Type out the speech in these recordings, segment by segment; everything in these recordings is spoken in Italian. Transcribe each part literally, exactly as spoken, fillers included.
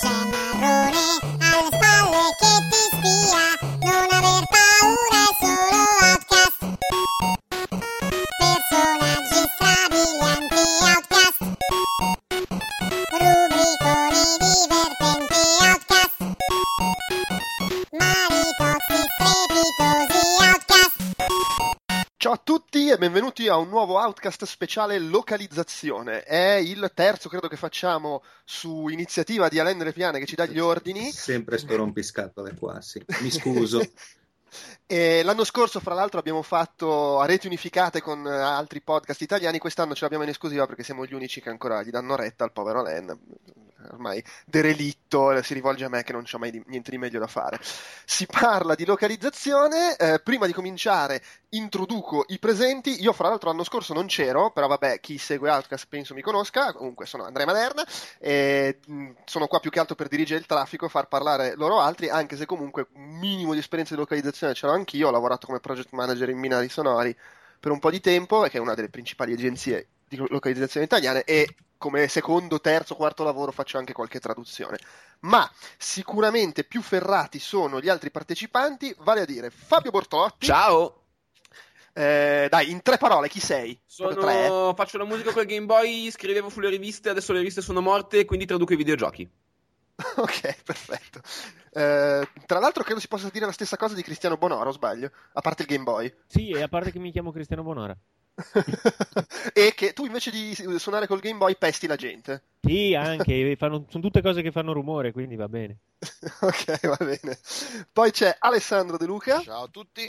c'è Marrone alle spalle che ti spia, non aver paura, è solo Outcast. Personaggi strabilianti, Outcast. Rubriconi divertenti, Outcast. Maritozzi strepitosi, Outcast. Ciao a tutti e benvenuti a un nuovo Outcast speciale localizzazione. È il terzo, credo, che facciamo su iniziativa di Alain Repiane, che ci dà gli ordini. Sempre sto rompiscatole qua, sì. Mi scuso. E l'anno scorso, fra l'altro, abbiamo fatto a reti unificate con altri podcast italiani. Quest'anno ce l'abbiamo in esclusiva perché siamo gli unici che ancora gli danno retta al povero Alain, ormai derelitto, si rivolge a me che non c'ho mai di, niente di meglio da fare. Si parla di localizzazione. Eh, prima di cominciare introduco i presenti. Io fra l'altro l'anno scorso non c'ero, però vabbè, chi segue Outcast penso mi conosca. Comunque sono Andrea Maderna e mh, sono qua più che altro per dirigere il traffico, far parlare loro altri, anche se comunque un minimo di esperienza di localizzazione ce l'ho anch'io. Ho lavorato come project manager in binari sonori per un po' di tempo, che è una delle principali agenzie di localizzazione italiane, e come secondo, terzo, quarto lavoro faccio anche qualche traduzione. Ma sicuramente più ferrati sono gli altri partecipanti, vale a dire Fabio Bortolotti. Ciao! Eh, dai, in tre parole, chi sei? Sono... Tre, eh? Faccio la musica col Game Boy, scrivevo sulle riviste, adesso le riviste sono morte, quindi traduco i videogiochi. Ok, perfetto. Eh, tra l'altro credo si possa dire la stessa cosa di Cristiano Bonoro, o sbaglio? A parte il Game Boy. Sì, e a parte che mi chiamo Cristiano Bonora. E che tu invece di suonare col Game Boy pesti la gente. Sì, anche, fanno, sono tutte cose che fanno rumore, quindi va bene. Ok, va bene. Poi c'è Alessandro De Luca. Ciao a tutti.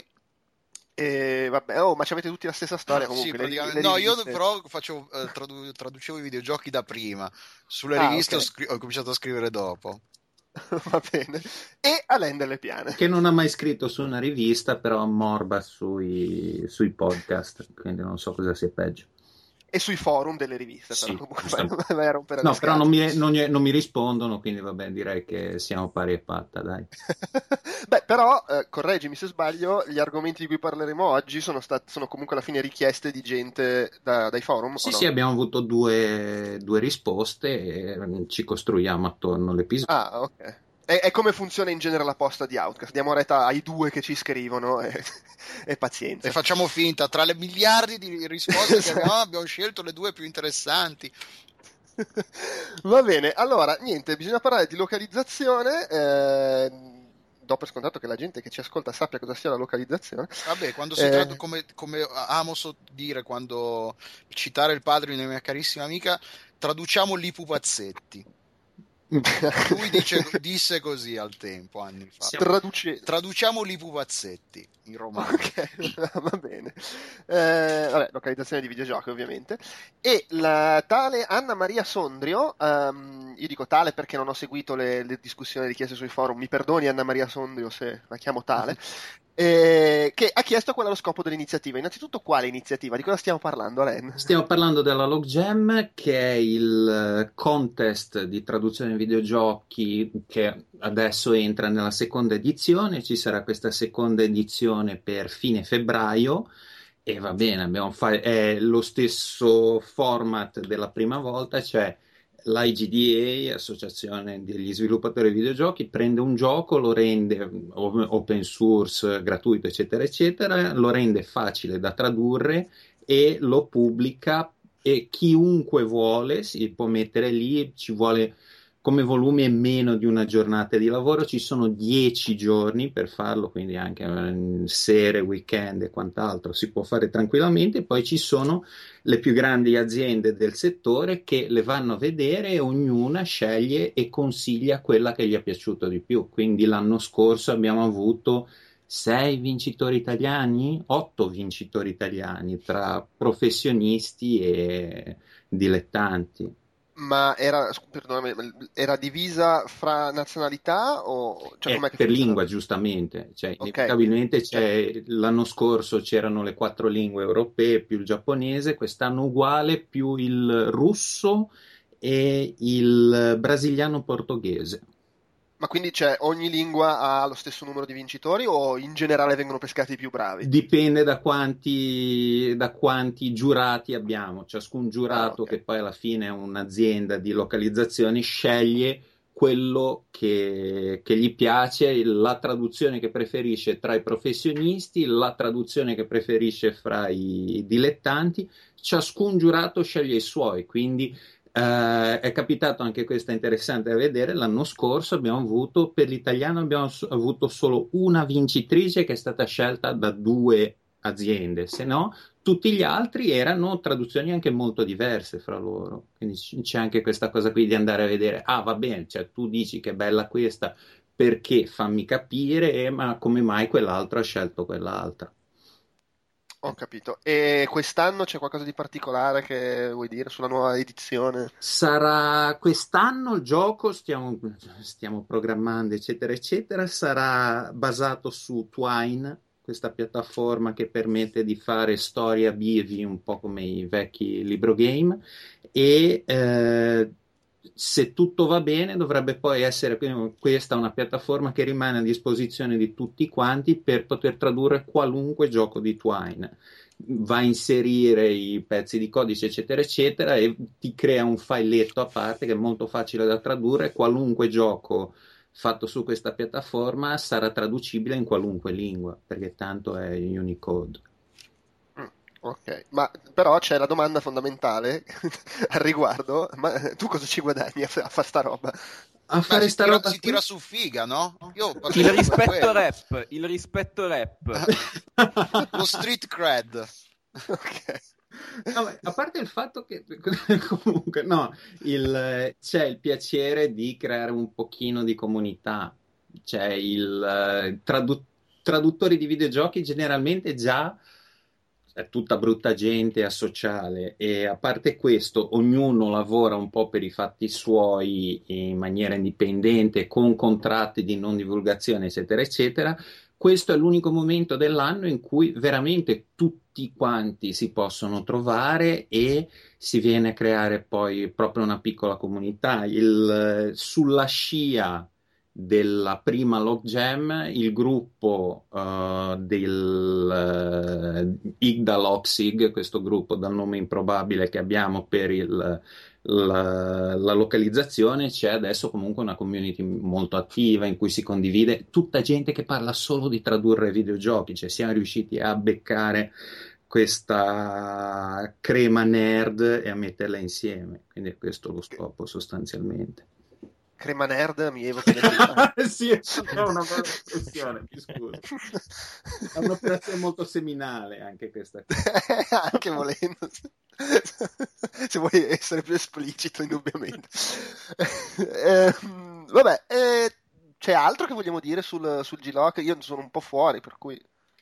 E vabbè, oh, ma ci avete tutti la stessa storia comunque. Sì, le- praticamente. le No, io riviste. però facevo, eh, tradu- traducevo i videogiochi da prima. Sulle Ah, riviste ok. ho, scri- ho cominciato a scrivere dopo. Va bene. E Alain Delle Piane. Che non ha mai scritto su una rivista, però morba sui, sui podcast, quindi non so cosa sia peggio. E sui forum delle riviste, Sì, però comunque giusto. vai, vai a rompere No, le però non scatole. mi, non gli- non mi rispondono, quindi vabbè, direi che siamo pari e patta, dai. Beh, però, eh, correggimi se sbaglio, gli argomenti di cui parleremo oggi sono, stati, sono comunque alla fine richieste di gente da- dai forum, Sì, o no? sì, abbiamo avuto due, due risposte e ci costruiamo attorno all'episodio. Ah, ok. E, e come funziona in genere la posta di Outcast? Diamo retta ai due che ci scrivono e, e pazienza. E facciamo finta, tra le miliardi di risposte che Esatto. abbiamo, abbiamo scelto le due più interessanti. Va bene, allora, niente, bisogna parlare di localizzazione. Eh, do per scontato che la gente che ci ascolta sappia cosa sia la localizzazione. Vabbè, quando si Eh. tratta, come, come amo so dire quando citare il padre di una mia carissima amica, traduciamo li pupazzetti. Lui dice, disse così al tempo, anni fa. Traduce... Traduciamo li pupazzetti in romano. Ok, va bene. Eh, vabbè, localizzazione di videogiochi ovviamente. E la tale Anna Maria Sondrio, ehm, io dico tale perché non ho seguito le, le discussioni richieste sui forum, mi perdoni Anna Maria Sondrio se la chiamo tale, eh, che ha chiesto qual è lo scopo dell'iniziativa. Innanzitutto quale iniziativa? Di cosa stiamo parlando, Len? Stiamo parlando della Logjam, che è il eh, contest di traduzione di videogiochi che adesso entra nella seconda edizione. Ci sarà questa seconda edizione per fine febbraio e va bene, abbiamo fa- è lo stesso format della prima volta, cioè l'I G D A, Associazione degli Sviluppatori di Videogiochi, prende un gioco, lo rende o- open source, gratuito, eccetera, eccetera, lo rende facile da tradurre e lo pubblica e chiunque vuole si può mettere lì, ci vuole come volumi è meno di una giornata di lavoro, ci sono dieci giorni per farlo, quindi anche eh, sere, weekend e quant'altro si può fare tranquillamente. Poi ci sono le più grandi aziende del settore che le vanno a vedere e ognuna sceglie e consiglia quella che gli è piaciuto di più. Quindi l'anno scorso abbiamo avuto sei vincitori italiani, otto vincitori italiani tra professionisti e dilettanti. Ma era, scu- perdonami, era divisa fra nazionalità o cioè, Eh, com'è che per funziona? lingua, giustamente, cioè, Ok. inevitabilmente c'è, l'anno scorso c'erano le quattro lingue europee più il giapponese, quest'anno uguale più il russo e il brasiliano portoghese. Ma quindi c'è ogni lingua ha lo stesso numero di vincitori o in generale vengono pescati i più bravi? Dipende da quanti, da quanti giurati abbiamo. Ciascun giurato, Ah, ok. che poi alla fine è un'azienda di localizzazioni, sceglie quello che, che gli piace, la traduzione che preferisce tra i professionisti, la traduzione che preferisce fra i dilettanti. Ciascun giurato sceglie i suoi, quindi eh, è capitato anche questo, è interessante da vedere. L'anno scorso abbiamo avuto, per l'italiano abbiamo so- avuto solo una vincitrice che è stata scelta da due aziende, se no tutti gli altri erano traduzioni anche molto diverse fra loro, quindi c- c'è anche questa cosa qui di andare a vedere, ah va bene, cioè tu dici che è bella questa, perché fammi capire, eh, ma come mai quell'altro ha scelto quell'altra. Ho capito. E quest'anno c'è qualcosa di particolare che vuoi dire sulla nuova edizione? Sarà quest'anno il gioco, stiamo, stiamo programmando, eccetera, eccetera, sarà basato su Twine, questa piattaforma che permette di fare storie a bivi, un po' come i vecchi libro game, e eh, se tutto va bene dovrebbe poi essere questa una piattaforma che rimane a disposizione di tutti quanti per poter tradurre qualunque gioco di Twine. Va a inserire i pezzi di codice eccetera eccetera e ti crea un filetto a parte che è molto facile da tradurre. Qualunque gioco fatto su questa piattaforma sarà traducibile in qualunque lingua, perché tanto è Unicode. Mm, ok, ma però c'è la domanda fondamentale al riguardo, ma tu cosa ci guadagni a, a fare sta roba? A fare Beh, si, sta tira, roba si qui? tira su figa, no? Io Il partecipo per rispetto quello. rap, il rispetto rap. Lo street cred. Ok. No, beh, a parte il fatto che comunque no, il, c'è il piacere di creare un pochino di comunità, c'è il eh, tradu- traduttori di videogiochi generalmente già è tutta brutta gente asociale, e a parte questo ognuno lavora un po' per i fatti suoi in maniera indipendente con contratti di non divulgazione eccetera eccetera. Questo è l'unico momento dell'anno in cui veramente tutti quanti si possono trovare e si viene a creare poi proprio una piccola comunità. Il, sulla scia della prima Logjam, il gruppo uh, del uh, Igdaloxig, questo gruppo dal nome improbabile che abbiamo per il, la, la localizzazione, c'è adesso comunque una community molto attiva in cui si condivide tutta gente che parla solo di tradurre videogiochi, cioè siamo riusciti a beccare questa crema nerd e a metterla insieme, quindi è questo lo scopo sostanzialmente. Crema nerd mi evoca le Sì, è una bella espressione, mi scuso. È un'operazione molto seminale anche questa qua. anche volendo, se vuoi essere più esplicito, indubbiamente. eh, vabbè, eh, c'è altro che vogliamo dire sul, sul G-Lock? Io sono un po' fuori, per cui...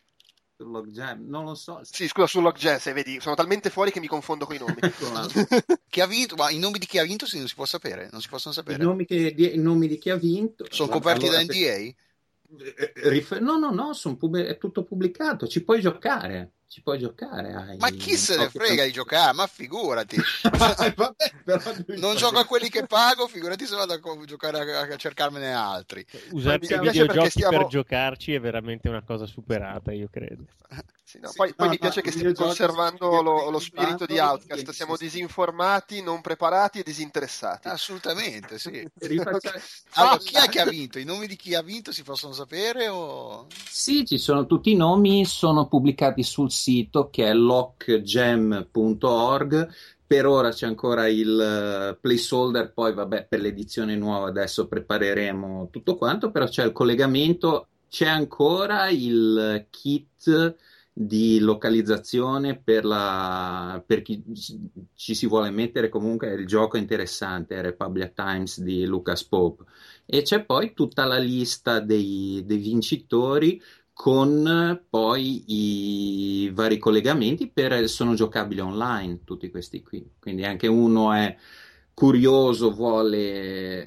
Logjam, non lo so. Sì, scusa, sul Logjam, se vedi, sono talmente fuori che mi confondo con i nomi. Chi ha vinto? Ma i nomi di chi ha vinto sì, non si può sapere, non si possono I sapere. nomi, che, di, i nomi di chi ha vinto Sono vabbè, coperti allora, da N D A? se- eh, rifer- no, no, no, son pub- è tutto pubblicato, ci puoi giocare, ci puoi giocare. Hai... Ma chi se ne frega di giocare? Ma figurati. Vabbè, però lui Non fa gioco a bene. quelli che pago, figurati se vado a co- giocare a, a cercarmene altri. Usare Mi i piace perché videogiochi stiamo- per giocarci è veramente una cosa superata, io credo. Sì, no, Sì. poi, poi No, mi no, piace che i stiamo videogiochi conservando sono lo, lo di spirito di bando Outcast. e- Siamo sì, sì. disinformati, non preparati e disinteressati. Assolutamente, sì. Rifaccia- Allora, Fatta. chi è che ha vinto? I nomi di chi ha vinto si possono sapere o... Sì, ci sono tutti i nomi, sono pubblicati sul sito che è lockgem punto org. Per ora c'è ancora il eh, placeholder, poi vabbè, per l'edizione nuova adesso prepareremo tutto quanto, però c'è il collegamento, c'è ancora il kit di localizzazione per, la, per chi ci si vuole mettere. Comunque il gioco è interessante, è Republic Times di Lucas Pope, e c'è poi tutta la lista dei, dei vincitori con poi i vari collegamenti per, sono giocabili online tutti questi qui, quindi anche uno è curioso, vuole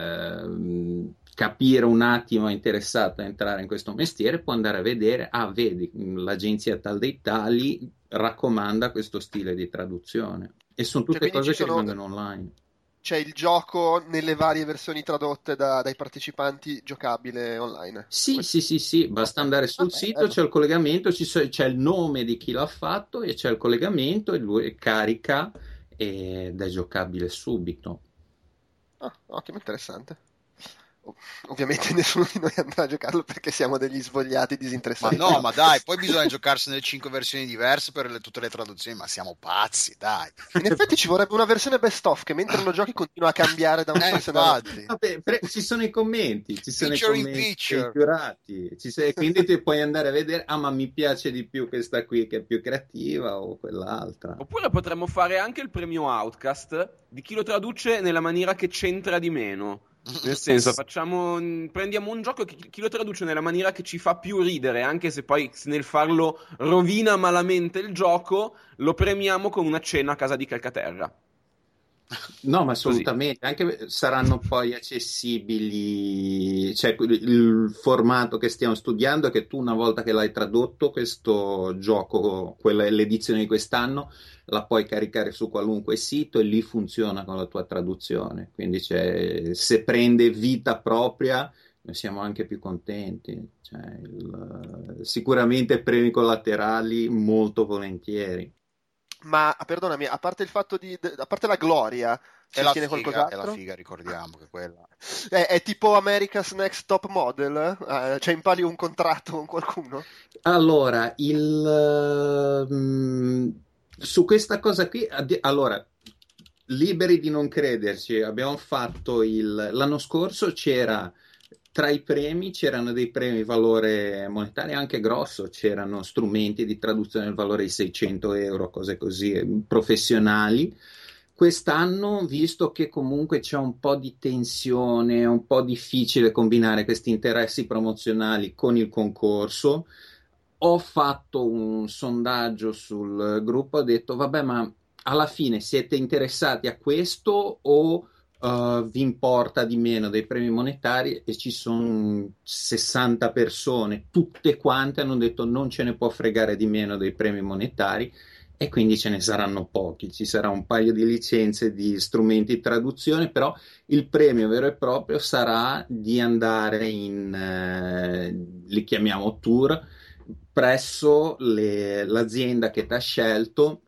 ehm, capire un attimo, è interessato a entrare in questo mestiere, può andare a vedere, ah vedi, l'agenzia tal dei tali raccomanda questo stile di traduzione, e sono Cioè, tutte quindi cose ci che sono- rimangono online. C'è il gioco nelle varie versioni tradotte da- dai partecipanti, giocabile online. Sì, Questo- sì, sì, sì, basta andare sul Vabbè, sito, bello. c'è il collegamento, ci so- c'è il nome di chi l'ha fatto e c'è il collegamento e lui carica ed è giocabile subito. Ah, ottimo, interessante. ovviamente nessuno di noi andrà a giocarlo perché siamo degli svogliati Ma disinteressati. no, ma dai, poi bisogna giocarsene cinque versioni diverse per le- tutte le traduzioni, ma siamo pazzi, dai. In effetti ci vorrebbe una versione best of che mentre lo giochi continua a cambiare da un Eh, personaggio all'altro. infatti. Vabbè, pre- ci sono i commenti, ci sono Picture i in commenti picture. curati, ci sei- quindi ti puoi andare a vedere, ah ma mi piace di più questa qui che è più creativa o quell'altra. Oppure potremmo fare anche il premio Outcast di chi lo traduce nella maniera che c'entra di meno. Nel senso, facciamo, prendiamo un gioco che chi lo traduce nella maniera che ci fa più ridere, anche se poi nel farlo rovina malamente il gioco, lo premiamo con una cena a casa di Calcaterra. No, ma assolutamente, anche saranno poi accessibili, cioè il formato che stiamo studiando è che tu una volta che l'hai tradotto questo gioco, quella è l'edizione di quest'anno, la puoi caricare su qualunque sito e lì funziona con la tua traduzione, quindi cioè, se prende vita propria noi siamo anche più contenti, cioè, il- sicuramente premi collaterali molto volentieri. Ma perdonami, a parte il fatto di, a parte la gloria, È ci la tiene figa, è la qualcos'altro? figa, ricordiamo che quella. È, è tipo America's Next Top Model? Eh, cioè impali un contratto con qualcuno? Allora, il, mm, su questa cosa qui, addi- allora, liberi di non crederci, abbiamo fatto il, l'anno scorso c'era, tra i premi, c'erano dei premi valore monetario anche grosso, c'erano strumenti di traduzione del valore di seicento euro, cose così, eh, professionali. Quest'anno, visto che comunque c'è un po' di tensione, è un po' difficile combinare questi interessi promozionali con il concorso, ho fatto un sondaggio sul gruppo, ho detto, vabbè, ma alla fine siete interessati a questo o eh, vi importa di meno dei premi monetari? E ci sono sessanta persone, tutte quante hanno detto non ce ne può fregare di meno dei premi monetari e quindi ce ne saranno pochi, ci sarà un paio di licenze di strumenti di traduzione, però il premio vero e proprio sarà di andare in, eh, li chiamiamo tour, presso le- l'azienda che ti ha scelto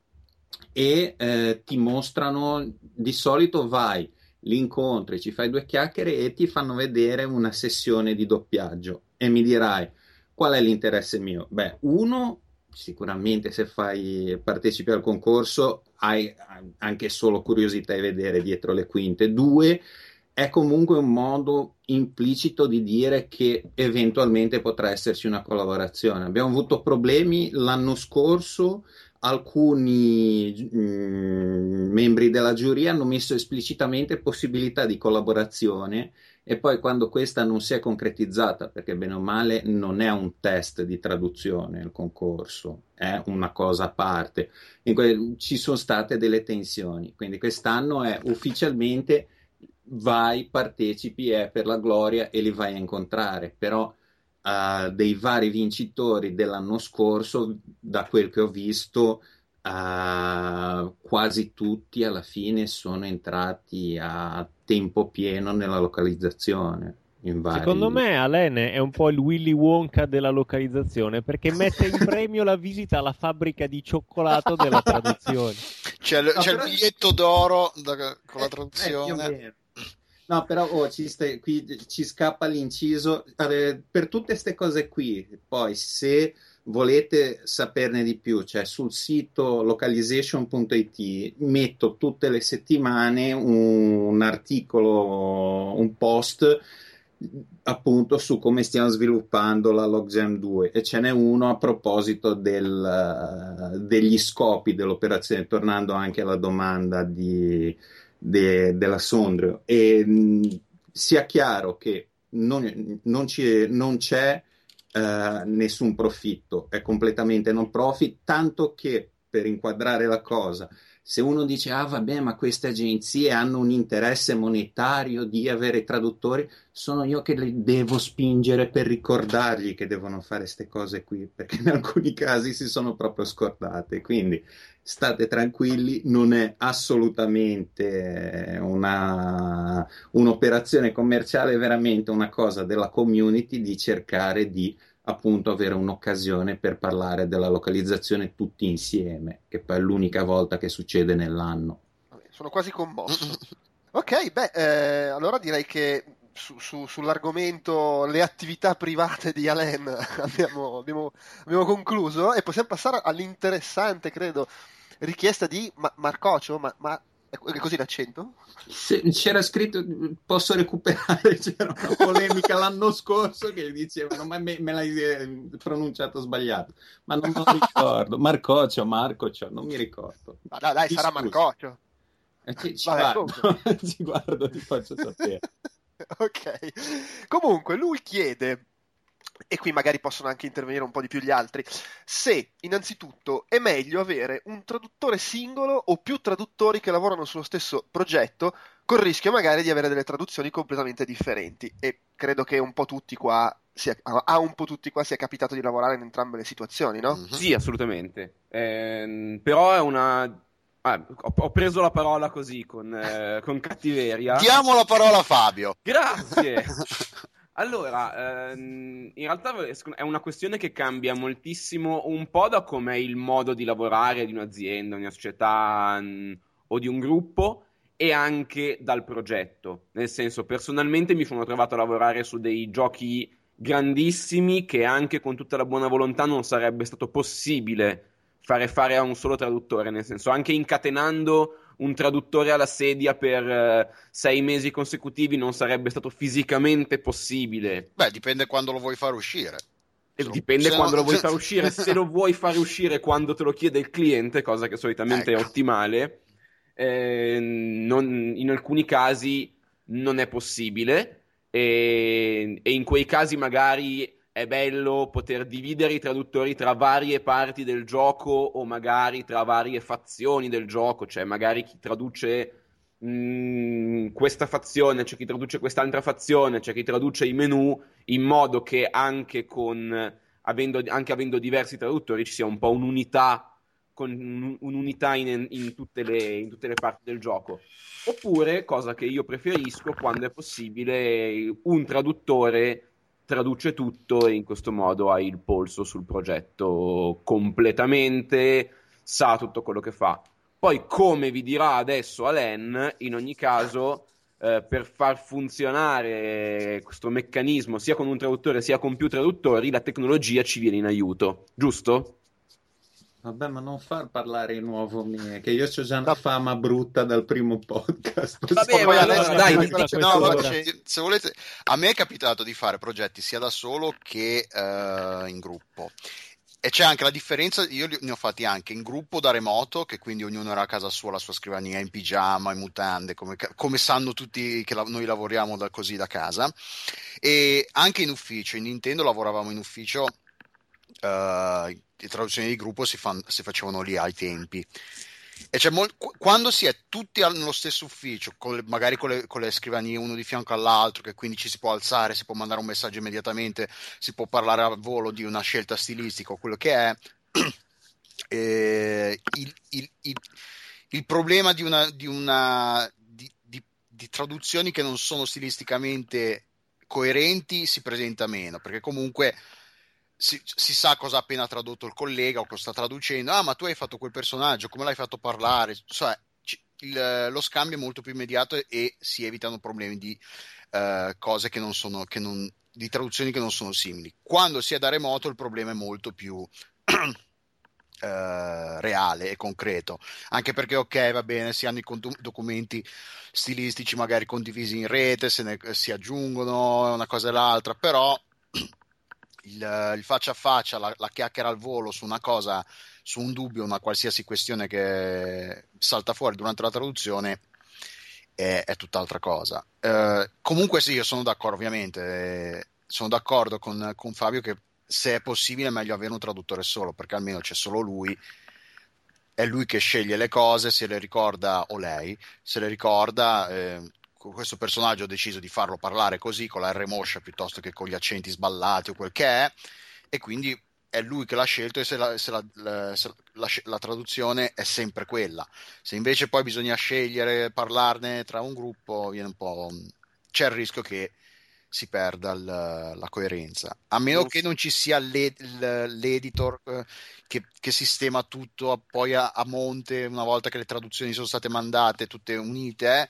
e eh, ti mostrano, di solito vai, li incontri, ci fai due chiacchiere e ti fanno vedere una sessione di doppiaggio e mi dirai qual è l'interesse mio? Beh, uno, sicuramente se fai, partecipi al concorso hai anche solo curiosità di vedere dietro le quinte. Due, è comunque un modo implicito di dire che eventualmente potrà esserci una collaborazione. Abbiamo avuto problemi l'anno scorso, alcuni mm, membri della giuria hanno messo esplicitamente possibilità di collaborazione e poi quando questa non si è concretizzata, perché bene o male non è un test di traduzione il concorso, è una cosa a parte, in cui ci sono state delle tensioni, quindi quest'anno è ufficialmente vai, partecipi, è per la gloria e li vai a incontrare, però uh, dei vari vincitori dell'anno scorso, da quel che ho visto, uh, quasi tutti alla fine sono entrati a tempo pieno nella localizzazione. In vari... Secondo me Alene è un po' il Willy Wonka della localizzazione perché mette in premio la visita alla fabbrica di cioccolato della traduzione. C'è, l- No, c'è però- il biglietto d'oro da- con la Eh, traduzione. eh, più o meno. No, però oh, ci, stai- qui ci scappa l'inciso. Eh, per tutte queste cose qui, poi se volete saperne di più, cioè sul sito localization punto it metto tutte le settimane un, un articolo, un post appunto su come stiamo sviluppando la Logjam due e ce n'è uno a proposito del, degli scopi dell'operazione, tornando anche alla domanda di de- della Sondrio e mh, sia chiaro che non, non, ci- non c'è eh, nessun profitto, è completamente non profit, tanto che per inquadrare la cosa, se uno dice ah vabbè ma queste agenzie hanno un interesse monetario di avere traduttori, sono io che li devo spingere per ricordargli che devono fare queste cose qui, perché in alcuni casi si sono proprio scordate, quindi state tranquilli, non è assolutamente una, un'operazione commerciale, è veramente una cosa della community di cercare di appunto avere un'occasione per parlare della localizzazione tutti insieme, che poi è l'unica volta che succede nell'anno. Vabbè, sono quasi commosso. Ok, beh, eh, allora direi che su, su- sull'argomento le attività private di Alain abbiamo, abbiamo- abbiamo concluso e possiamo passare all'interessante, credo, richiesta di Ma- Marcocio, ma, ma è è così l'accento? Se- c'era scritto, posso recuperare, c'era una polemica l'anno scorso che dicevano ma me, me l'hai eh, pronunciato sbagliato, ma non me lo ricordo. Marcocio, Marcocio, non mi ricordo. Ma dai, dai, Mi sarà scusi. Marcocio. Eh, Ci, ci Vabbè, guardo, ci guardo, ti faccio sapere. Ok. Comunque, lui chiede, e qui magari possono anche intervenire un po' di più gli altri, se innanzitutto è meglio avere un traduttore singolo o più traduttori che lavorano sullo stesso progetto, col rischio magari di avere delle traduzioni completamente differenti. E credo che un po' tutti qua sia, a un po' tutti qua sia capitato di lavorare in entrambe le situazioni, no? Mhm. Sì, assolutamente. Ehm, però è una... ah, ho, ho preso la parola così, con, eh, con cattiveria. Diamo la parola a Fabio. Grazie! Allora, ehm, in realtà è una questione che cambia moltissimo un po' da com'è il modo di lavorare di un'azienda, di una società mh, o di un gruppo e anche dal progetto. Nel senso, personalmente mi sono trovato a lavorare su dei giochi grandissimi che anche con tutta la buona volontà non sarebbe stato possibile fare fare a un solo traduttore, nel senso, anche incatenando un traduttore alla sedia per eh, sei mesi consecutivi non sarebbe stato fisicamente possibile. Beh, dipende quando lo vuoi far uscire. E Se lo- dipende se quando no- lo vuoi far uscire. Se lo vuoi fare uscire quando te lo chiede il cliente, cosa che solitamente Ecco. è ottimale, eh, non- in alcuni casi non è possibile. E, e in quei casi magari è bello poter dividere i traduttori tra varie parti del gioco o magari tra varie fazioni del gioco, cioè magari chi traduce mh, questa fazione, c'è chi traduce quest'altra fazione, c'è chi traduce i menu in modo che anche con avendo, anche avendo diversi traduttori ci sia un po' un'unità con un- un'unità in, in tutte le, in tutte le parti del gioco. Oppure, cosa che io preferisco, quando è possibile, un traduttore traduce tutto e in questo modo hai il polso sul progetto completamente, sa tutto quello che fa. Poi, come vi dirà adesso Alain, in ogni caso, eh, per far funzionare questo meccanismo sia con un traduttore sia con più traduttori, la tecnologia ci viene in aiuto, giusto? Vabbè, ma non far parlare di nuovo me, che io ho già una Va- fama brutta dal primo podcast. Vabbè, poi ma adesso allora, la dai, prima- dici- No, ma quest'ora. se se volete, a me è capitato di fare progetti sia da solo che eh, in gruppo. E c'è anche la differenza, io li- ne ho fatti anche in gruppo da remoto, che quindi ognuno era a casa sua, la sua scrivania, in pigiama, in mutande, come, ca- come sanno tutti che la- noi lavoriamo da, così da casa. E anche in ufficio, in Nintendo lavoravamo in ufficio, eh, le traduzioni di gruppo si, fan- si facevano lì ai tempi. E c'è mol- qu- quando si è tutti al- nello stesso ufficio, con le- magari con le, con le scrivanie uno di fianco all'altro, che quindi ci si può alzare, si può mandare un messaggio immediatamente, si può parlare a volo di una scelta stilistica o quello che è, eh, il, il- il- il problema di una, di, una di, di- di traduzioni che non sono stilisticamente coerenti si presenta meno, perché comunque si, si sa cosa ha appena tradotto il collega o cosa sta traducendo. Ah, ma tu hai fatto quel personaggio, come l'hai fatto parlare? Cioè, ci- il- lo scambio è molto più immediato e, e si evitano problemi di eh, cose che non sono, che non, di traduzioni che non sono simili. Quando si è da remoto il problema è molto più eh, reale e concreto, anche perché ok, va bene, si hanno i contu- documenti stilistici magari condivisi in rete, se ne si aggiungono una cosa e l'altra, però il, il faccia a faccia, la, la chiacchiera al volo su una cosa, su un dubbio, una qualsiasi questione che salta fuori durante la traduzione è, è tutt'altra cosa. Eh, comunque sì, io sono d'accordo, ovviamente, eh, sono d'accordo con, con Fabio che se è possibile è meglio avere un traduttore solo, perché almeno c'è solo lui, è lui che sceglie le cose, se le ricorda, o lei, se le ricorda. Eh, questo personaggio ho deciso di farlo parlare così, con la R moscia piuttosto che con gli accenti sballati o quel che è, e quindi è lui che l'ha scelto, e se la, se la, la, se la, la traduzione è sempre quella. Se invece poi bisogna scegliere, parlarne tra un gruppo, viene un po'... c'è il rischio che si perda il, la coerenza, a meno Non che s- non ci sia l'e- il- l'editor eh, che, che sistema tutto a- poi a, a monte una volta che le traduzioni sono state mandate tutte unite, eh,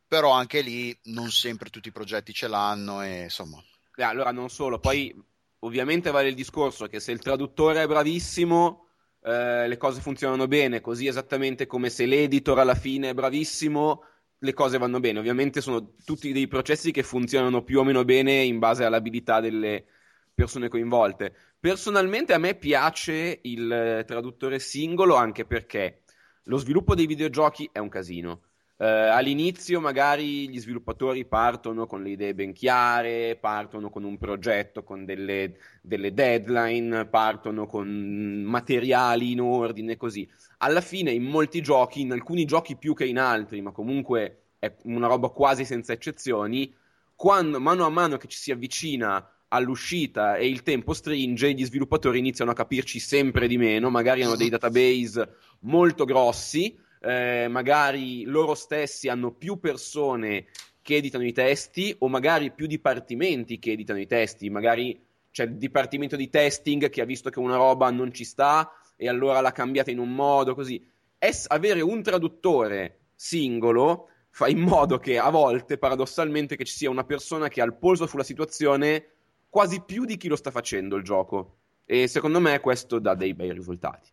però anche lì non sempre tutti i progetti ce l'hanno e insomma. Eh, allora non solo, poi ovviamente vale il discorso che se il traduttore è bravissimo, eh, le cose funzionano bene, così esattamente come se l'editor alla fine è bravissimo, le cose vanno bene. Ovviamente sono tutti dei processi che funzionano più o meno bene in base all'abilità delle persone coinvolte. Personalmente a me piace il eh, traduttore singolo anche perché lo sviluppo dei videogiochi è un casino. Eh, all'inizio magari gli sviluppatori partono con le idee ben chiare, partono con un progetto, con delle, delle deadline, partono con materiali in ordine, così. Alla fine in molti giochi, in alcuni giochi più che in altri, ma comunque è una roba quasi senza eccezioni, quando mano a mano che ci si avvicina all'uscita e il tempo stringe, gli sviluppatori iniziano a capirci sempre di meno, magari hanno dei database molto grossi, eh, magari loro stessi hanno più persone che editano i testi o magari più dipartimenti che editano i testi, magari c'è il dipartimento di testing che ha visto che una roba non ci sta e allora l'ha cambiata in un modo, così. Es- avere un traduttore singolo fa in modo che a volte, paradossalmente, che ci sia una persona che ha il polso sulla situazione quasi più di chi lo sta facendo il gioco. E secondo me questo dà dei bei risultati.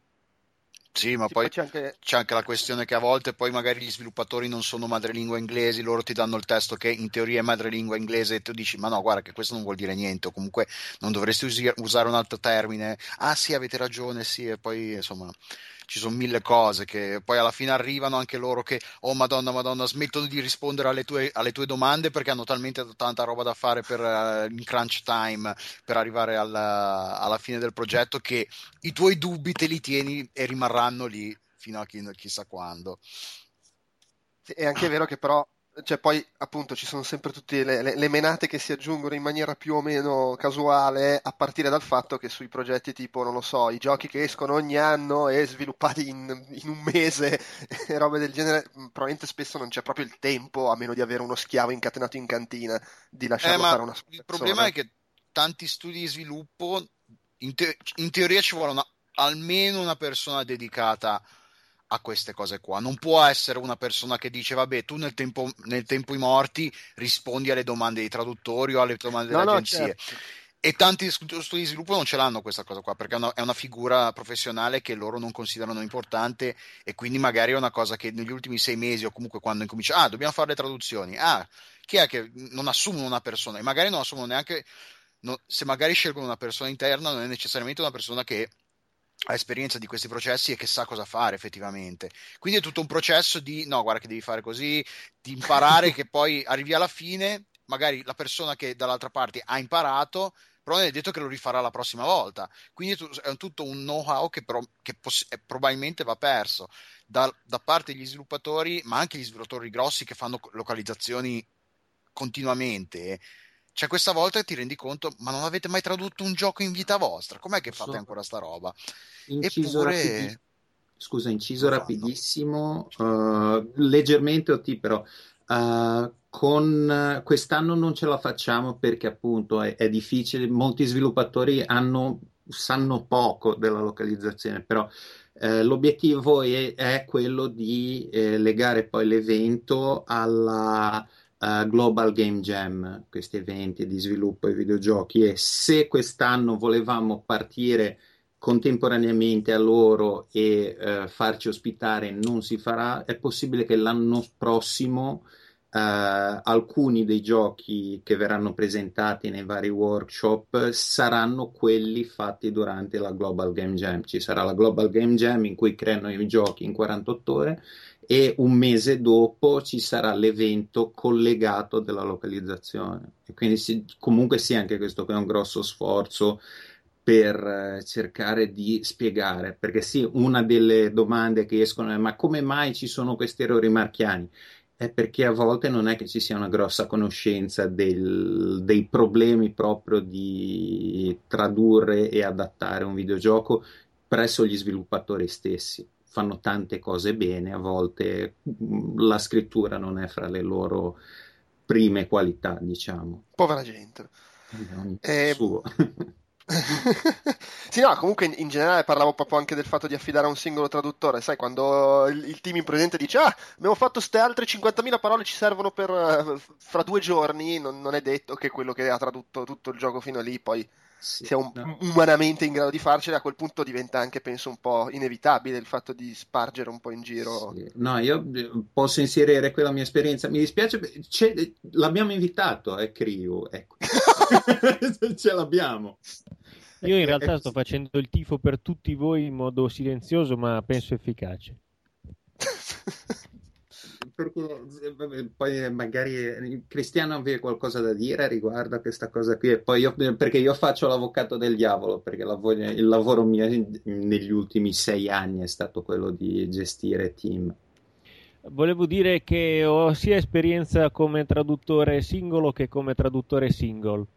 Sì, ma Sì, poi poi c'è anche... c'è anche la questione che a volte poi magari gli sviluppatori non sono madrelingua inglesi, loro ti danno il testo che in teoria è madrelingua inglese e tu dici ma no, guarda che questo non vuol dire niente, o comunque non dovresti usi- usare un altro termine. Ah sì, avete ragione, sì, e poi insomma ci sono mille cose che poi alla fine arrivano anche loro che, oh madonna, madonna, smettono di rispondere alle tue, alle tue domande perché hanno talmente tanta roba da fare per uh, in crunch time per arrivare alla, alla fine del progetto che i tuoi dubbi te li tieni e rimarranno lì fino a chi, chissà quando. Sì, è anche vero che però, cioè poi appunto ci sono sempre tutte le, le- le menate che si aggiungono in maniera più o meno casuale, a partire dal fatto che sui progetti tipo, non lo so, i giochi che escono ogni anno e sviluppati in, in un mese e robe del genere, mh, probabilmente spesso non c'è proprio il tempo, a meno di avere uno schiavo incatenato in cantina, di Eh, lasciarlo ma fare una sola il problema persona. è che tanti studi di sviluppo in, te- in teoria ci vuole una- almeno una persona dedicata a queste cose qua. Non può essere una persona che dice vabbè, tu nel tempo, nel tempo i morti rispondi alle domande dei traduttori o alle domande No, delle no, agenzie. certo. E tanti studi di sviluppo non ce l'hanno questa cosa qua, perché è una, è una figura professionale che loro non considerano importante e quindi magari è una cosa che negli ultimi sei mesi o comunque quando incomincia, ah, dobbiamo fare le traduzioni, ah, chi è che non assumono una persona e magari non assumono neanche, no, se magari scelgono una persona interna non è necessariamente una persona che ha esperienza di questi processi e che sa cosa fare effettivamente. Quindi è tutto un processo di no, guarda che devi fare così, di imparare che poi arrivi alla fine, magari la persona che dall'altra parte ha imparato, però non è detto che lo rifarà la prossima volta. Quindi è tutto un know-how che, però, che poss- probabilmente va perso da, da parte degli sviluppatori, ma anche gli sviluppatori grossi che fanno localizzazioni continuamente. Cioè questa volta ti rendi conto, ma non avete mai tradotto un gioco in vita vostra? Com'è che fate So- ancora sta roba? Inciso rapidi- Eppure Scusa, inciso lo fanno. rapidissimo, eh, leggermente O T però. Eh, con quest'anno non ce la facciamo perché appunto è, è difficile, molti sviluppatori hanno, sanno poco della localizzazione, però eh, l'obiettivo è, è quello di eh, legare poi l'evento alla eh, Global Game Jam, questi eventi di sviluppo ai videogiochi, e se quest'anno volevamo partire contemporaneamente a loro e eh, farci ospitare non si farà, è possibile che l'anno prossimo eh, alcuni dei giochi che verranno presentati nei vari workshop saranno quelli fatti durante la Global Game Jam. Ci sarà la Global Game Jam in cui creano i giochi in quarantotto ore e un mese dopo ci sarà l'evento collegato della localizzazione. E quindi sì, comunque sì, anche questo è un grosso sforzo per eh, cercare di spiegare, perché sì, una delle domande che escono è ma come mai ci sono questi errori marchiani? È perché a volte non è che ci sia una grossa conoscenza del- dei problemi proprio di tradurre e adattare un videogioco presso gli sviluppatori stessi. Fanno tante cose bene, a volte mh, la scrittura non è fra le loro prime qualità, diciamo. Povera gente. Ogni Eh, suo. Sì, no, comunque in, in generale parlavo proprio anche del fatto di affidare a un singolo traduttore, sai, quando il, il team in presente dice ah, abbiamo fatto ste altre cinquantamila parole, ci servono per eh, fra due giorni, non, non è detto che quello che ha tradotto tutto il gioco fino a lì poi Sì, sia un- no. umanamente in grado di farcela. A quel punto diventa anche, penso, un po' inevitabile il fatto di spargere un po' in giro. Sì. No, io eh, posso inserire quella mia esperienza. Mi dispiace, c'è- l'abbiamo invitato, è Criu, ecco. Ce l'abbiamo. Io in Eh, realtà eh, sto facendo il tifo per tutti voi in modo silenzioso, ma penso efficace. perché eh, vabbè, poi eh, magari eh, Cristiano aveva qualcosa da dire riguardo a questa cosa qui, e poi io, perché io faccio l'avvocato del diavolo, perché lavoro- il lavoro mio in- negli ultimi sei anni è stato quello di gestire team. Volevo dire che ho sia esperienza come traduttore singolo che come traduttore single.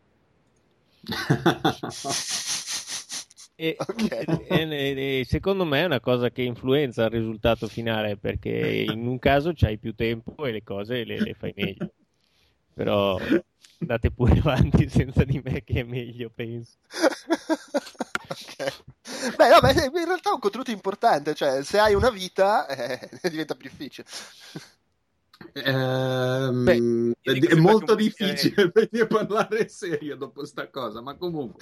E, Ok. e- e- e secondo me è una cosa che influenza il risultato finale, perché in un caso c'hai più tempo e le cose le, le fai meglio. Però andate pure avanti senza di me, che è meglio, penso. Ok. Beh, vabbè, in realtà è un contributo importante, cioè se hai una vita eh, diventa più difficile. Beh, Ehm, io è dico è sempre molto che un mestiere- difficile per me parlare serio dopo sta cosa, ma comunque.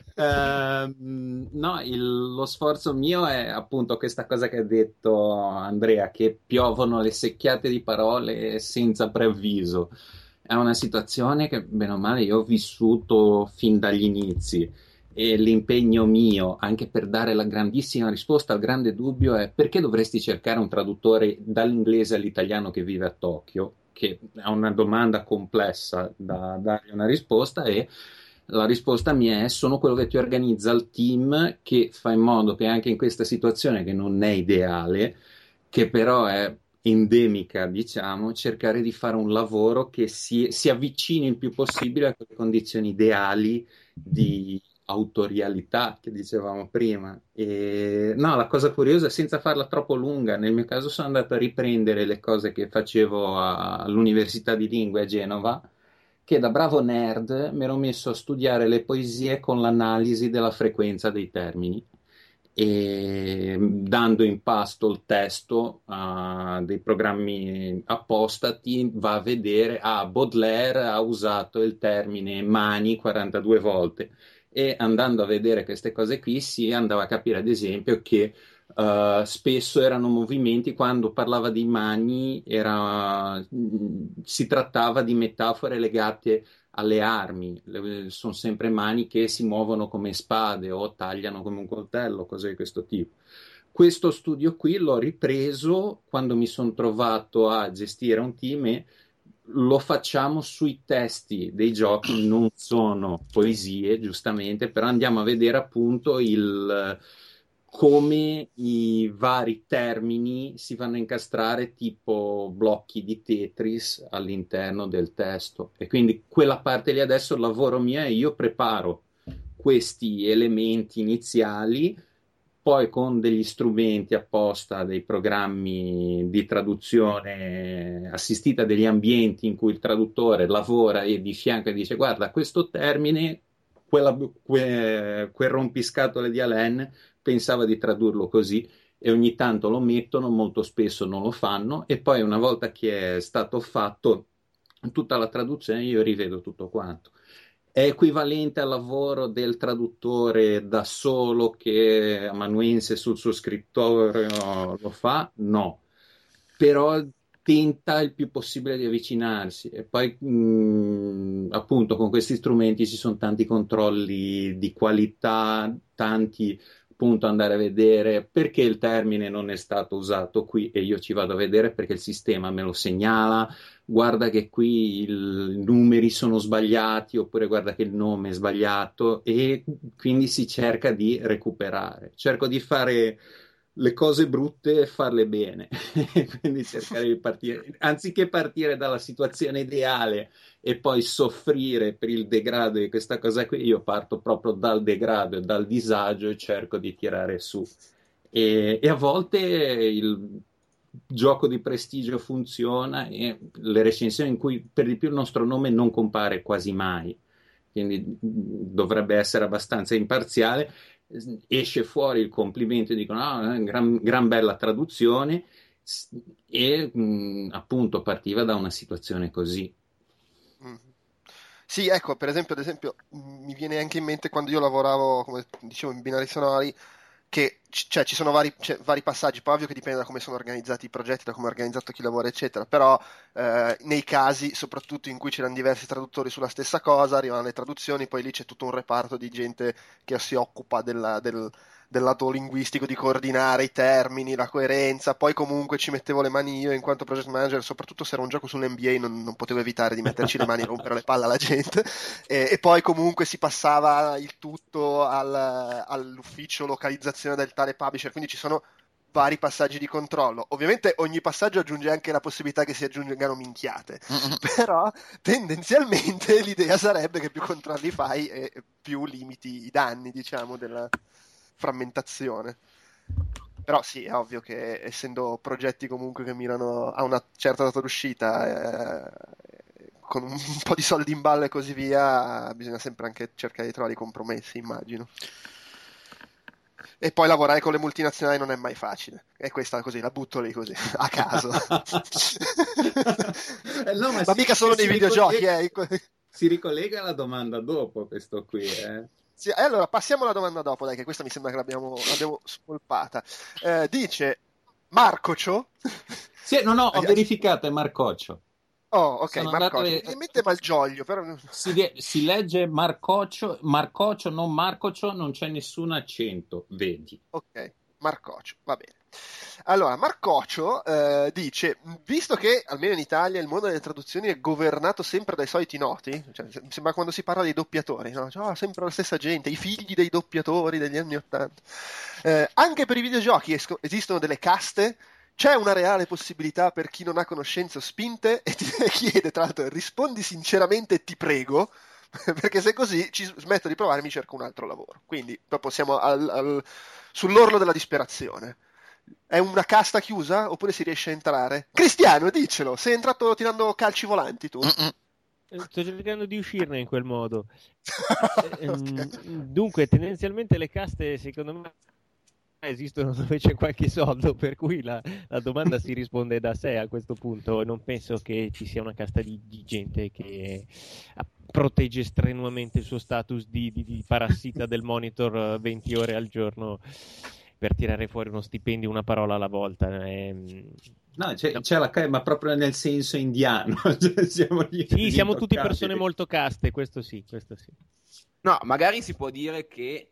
Ehm, no, il- lo sforzo mio è appunto questa cosa che ha detto Andrea, che piovono le secchiate di parole senza preavviso. È una situazione che, bene o male, io ho vissuto fin dagli inizi. E l'impegno mio, anche per dare la grandissima risposta al grande dubbio, è: perché dovresti cercare un traduttore dall'inglese all'italiano che vive a Tokyo? Che è una domanda complessa da dargli una risposta, e la risposta mia è: sono quello che ti organizza il team, che fa in modo che anche in questa situazione, che non è ideale, che però è endemica, diciamo, cercare di fare un lavoro che si, si avvicini il più possibile a quelle condizioni ideali di autorialità che dicevamo prima. E, no, la cosa curiosa, senza farla troppo lunga, nel mio caso sono andato a riprendere le cose che facevo a- all'Università di Lingue a Genova, che da bravo nerd mi ero messo a studiare le poesie con l'analisi della frequenza dei termini, e dando in pasto il testo a dei programmi apposta, ti va a vedere, ah, Baudelaire ha usato il termine mani quarantadue volte, e andando a vedere queste cose qui si andava a capire ad esempio che eh, spesso erano movimenti, quando parlava di mani era, mh, si trattava di metafore legate alle armi. Le- sono sempre mani che si muovono come spade o tagliano come un coltello, cose di questo tipo. Questo studio qui l'ho ripreso quando mi sono trovato a gestire un team, e lo facciamo sui testi dei giochi, non sono poesie, giustamente, però andiamo a vedere appunto il come i vari termini si vanno a incastrare tipo blocchi di Tetris all'interno del testo. E quindi quella parte lì adesso il lavoro mio è: io preparo questi elementi iniziali, poi con degli strumenti apposta, dei programmi di traduzione assistita, degli ambienti in cui il traduttore lavora e di fianco e dice: guarda, questo termine, quella- que- quel rompiscatole di Alain pensava di tradurlo così, e ogni tanto lo mettono, molto spesso non lo fanno, e poi una volta che è stato fatto tutta la traduzione io rivedo tutto quanto. È equivalente al lavoro del traduttore da solo che amanuense sul suo scrittorio lo fa? No, però tenta il più possibile di avvicinarsi. E poi mh, appunto con questi strumenti ci sono tanti controlli di qualità, tanti appunto andare a vedere perché il termine non è stato usato qui, e io ci vado a vedere perché il sistema me lo segnala. Guarda che qui il- i numeri sono sbagliati, oppure guarda che il nome è sbagliato, e quindi si cerca di recuperare. Cerco di fare le cose brutte e farle bene, quindi cercare di partire, anziché partire dalla situazione ideale e poi soffrire per il degrado di questa cosa qui, io parto proprio dal degrado e dal disagio e cerco di tirare su. E, e a volte il gioco di prestigio funziona, e le recensioni in cui per di più il nostro nome non compare quasi mai, quindi dovrebbe essere abbastanza imparziale. Esce fuori il complimento e dicono ah, gran, gran bella traduzione, e mh, appunto partiva da una situazione così. Mm. Sì, ecco, per esempio, ad esempio, mi viene anche in mente quando io lavoravo, come dicevo, in binari sonori, che c- cioè, ci sono vari, cioè, vari passaggi, poi ovvio che dipende da come sono organizzati i progetti, da come è organizzato chi lavora, eccetera, però eh, nei casi, soprattutto in cui c'erano diversi traduttori sulla stessa cosa, arrivano le traduzioni, poi lì c'è tutto un reparto di gente che si occupa della- del, del lato linguistico, di coordinare i termini, la coerenza, poi comunque ci mettevo le mani io in quanto project manager, soprattutto se era un gioco sull'N B A non, non potevo evitare di metterci le mani e rompere le palle alla gente, e, e poi comunque si passava il tutto al- all'ufficio localizzazione del tale publisher, quindi ci sono vari passaggi di controllo. Ovviamente ogni passaggio aggiunge anche la possibilità che si aggiungano minchiate, però tendenzialmente l'idea sarebbe che più controlli fai e più limiti i danni, diciamo, della frammentazione. Però sì, è ovvio che essendo progetti comunque che mirano a una certa data d'uscita, eh, con un po' di soldi in ballo e così via, bisogna sempre anche cercare di trovare i compromessi, immagino. E poi lavorare con le multinazionali non è mai facile. E questa così, la butto lì così, a caso. Eh, no, ma ma si- mica solo si nei videogiochi, ricollega- eh. si ricollega alla domanda dopo questo qui, eh. Sì, e allora passiamo alla domanda dopo, dai, che questa mi sembra che l'abbiamo, l'abbiamo spolpata. Eh, dice Marcocio. Sì, no, no, ho Ragazzi- verificato, è Marcoccio. Oh, ok, Sono andato Marcocio. e- Mi mette Malgioglio, però... Si, de- si legge Marcoccio, Marcoccio, non Marcoccio, non c'è nessun accento, vedi. Ok, Marcocio, va bene. Allora, Marcocio eh, dice, visto che almeno in Italia il mondo delle traduzioni è governato sempre dai soliti noti, cioè, mi sembra quando si parla dei doppiatori, no? Cioè, oh, sempre la stessa gente, i figli dei doppiatori degli anni Ottanta. Eh, anche per i videogiochi esco- esistono delle caste. C'è una reale possibilità per chi non ha conoscenze o spinte? E ti chiede, tra l'altro, rispondi sinceramente, ti prego, perché se così ci smetto di provare e mi cerco un altro lavoro. Quindi proprio siamo al, al, sull'orlo della disperazione. È una casta chiusa oppure si riesce a entrare? Cristiano, dicelo, sei entrato tirando calci volanti tu? Sto cercando di uscirne in quel modo. Ok. Ehm, Dunque, tendenzialmente le caste, secondo me, esistono dove c'è qualche soldo, per cui la, la domanda si risponde da sé a questo punto. Non penso che ci sia una casta di, di gente che eh, protegge strenuamente il suo status di, di- di parassita del monitor eh, venti ore al giorno per tirare fuori uno stipendio, una parola alla volta. Ehm, No, c'è, c'è la ca- ma proprio nel senso indiano. Cioè, siamo gli- Sì, siamo tutti intoccabili. persone molto caste, questo sì, questo sì. No, magari si può dire che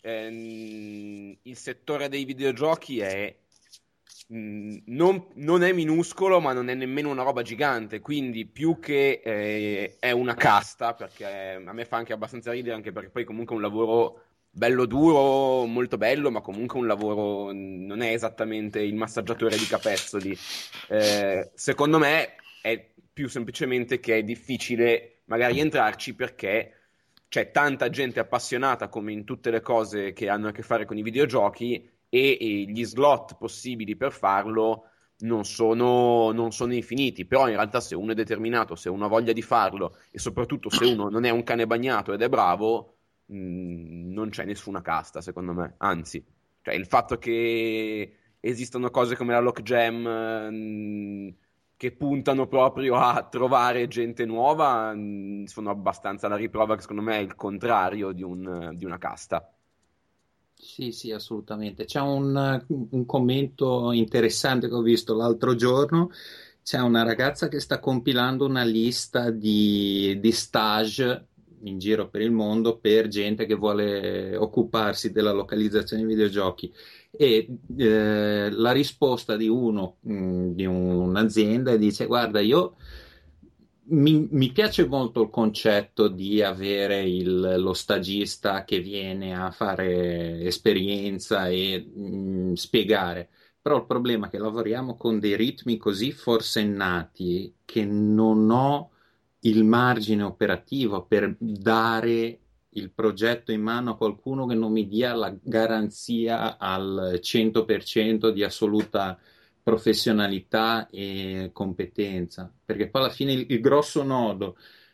ehm, il settore dei videogiochi è mh, non, non è minuscolo, ma non è nemmeno una roba gigante. Quindi, più che eh, è una casta, perché a me fa anche abbastanza ridere, anche perché poi comunque è un lavoro bello duro, molto bello, ma comunque un lavoro non è esattamente il massaggiatore di capezzoli. Eh, secondo me è più semplicemente che è difficile magari entrarci perché c'è tanta gente appassionata come in tutte le cose che hanno a che fare con i videogiochi e, e gli slot possibili per farlo non sono, non sono infiniti, però in realtà se uno è determinato, se uno ha voglia di farlo e soprattutto se uno non è un cane bagnato ed è bravo, mh, non c'è nessuna casta secondo me, anzi, cioè il fatto che esistono cose come la Lockjam mh, che puntano proprio a trovare gente nuova, mh, sono abbastanza la riprova che secondo me è il contrario di, un, di una casta. Sì, sì, assolutamente. C'è un, un commento interessante che ho visto l'altro giorno. C'è una ragazza che sta compilando una lista di, di stage in giro per il mondo per gente che vuole occuparsi della localizzazione dei videogiochi. E eh, la risposta di uno, mh, di un'azienda dice: Guarda, io. Mi, mi piace molto il concetto di avere il- lo stagista che viene a fare esperienza e mh, spiegare, però il problema è che lavoriamo con dei ritmi così forsennati che non ho il margine operativo per dare il progetto in mano a qualcuno che non mi dia la garanzia al cento per cento di assoluta professionalità e competenza, perché poi alla fine il, il grosso nodo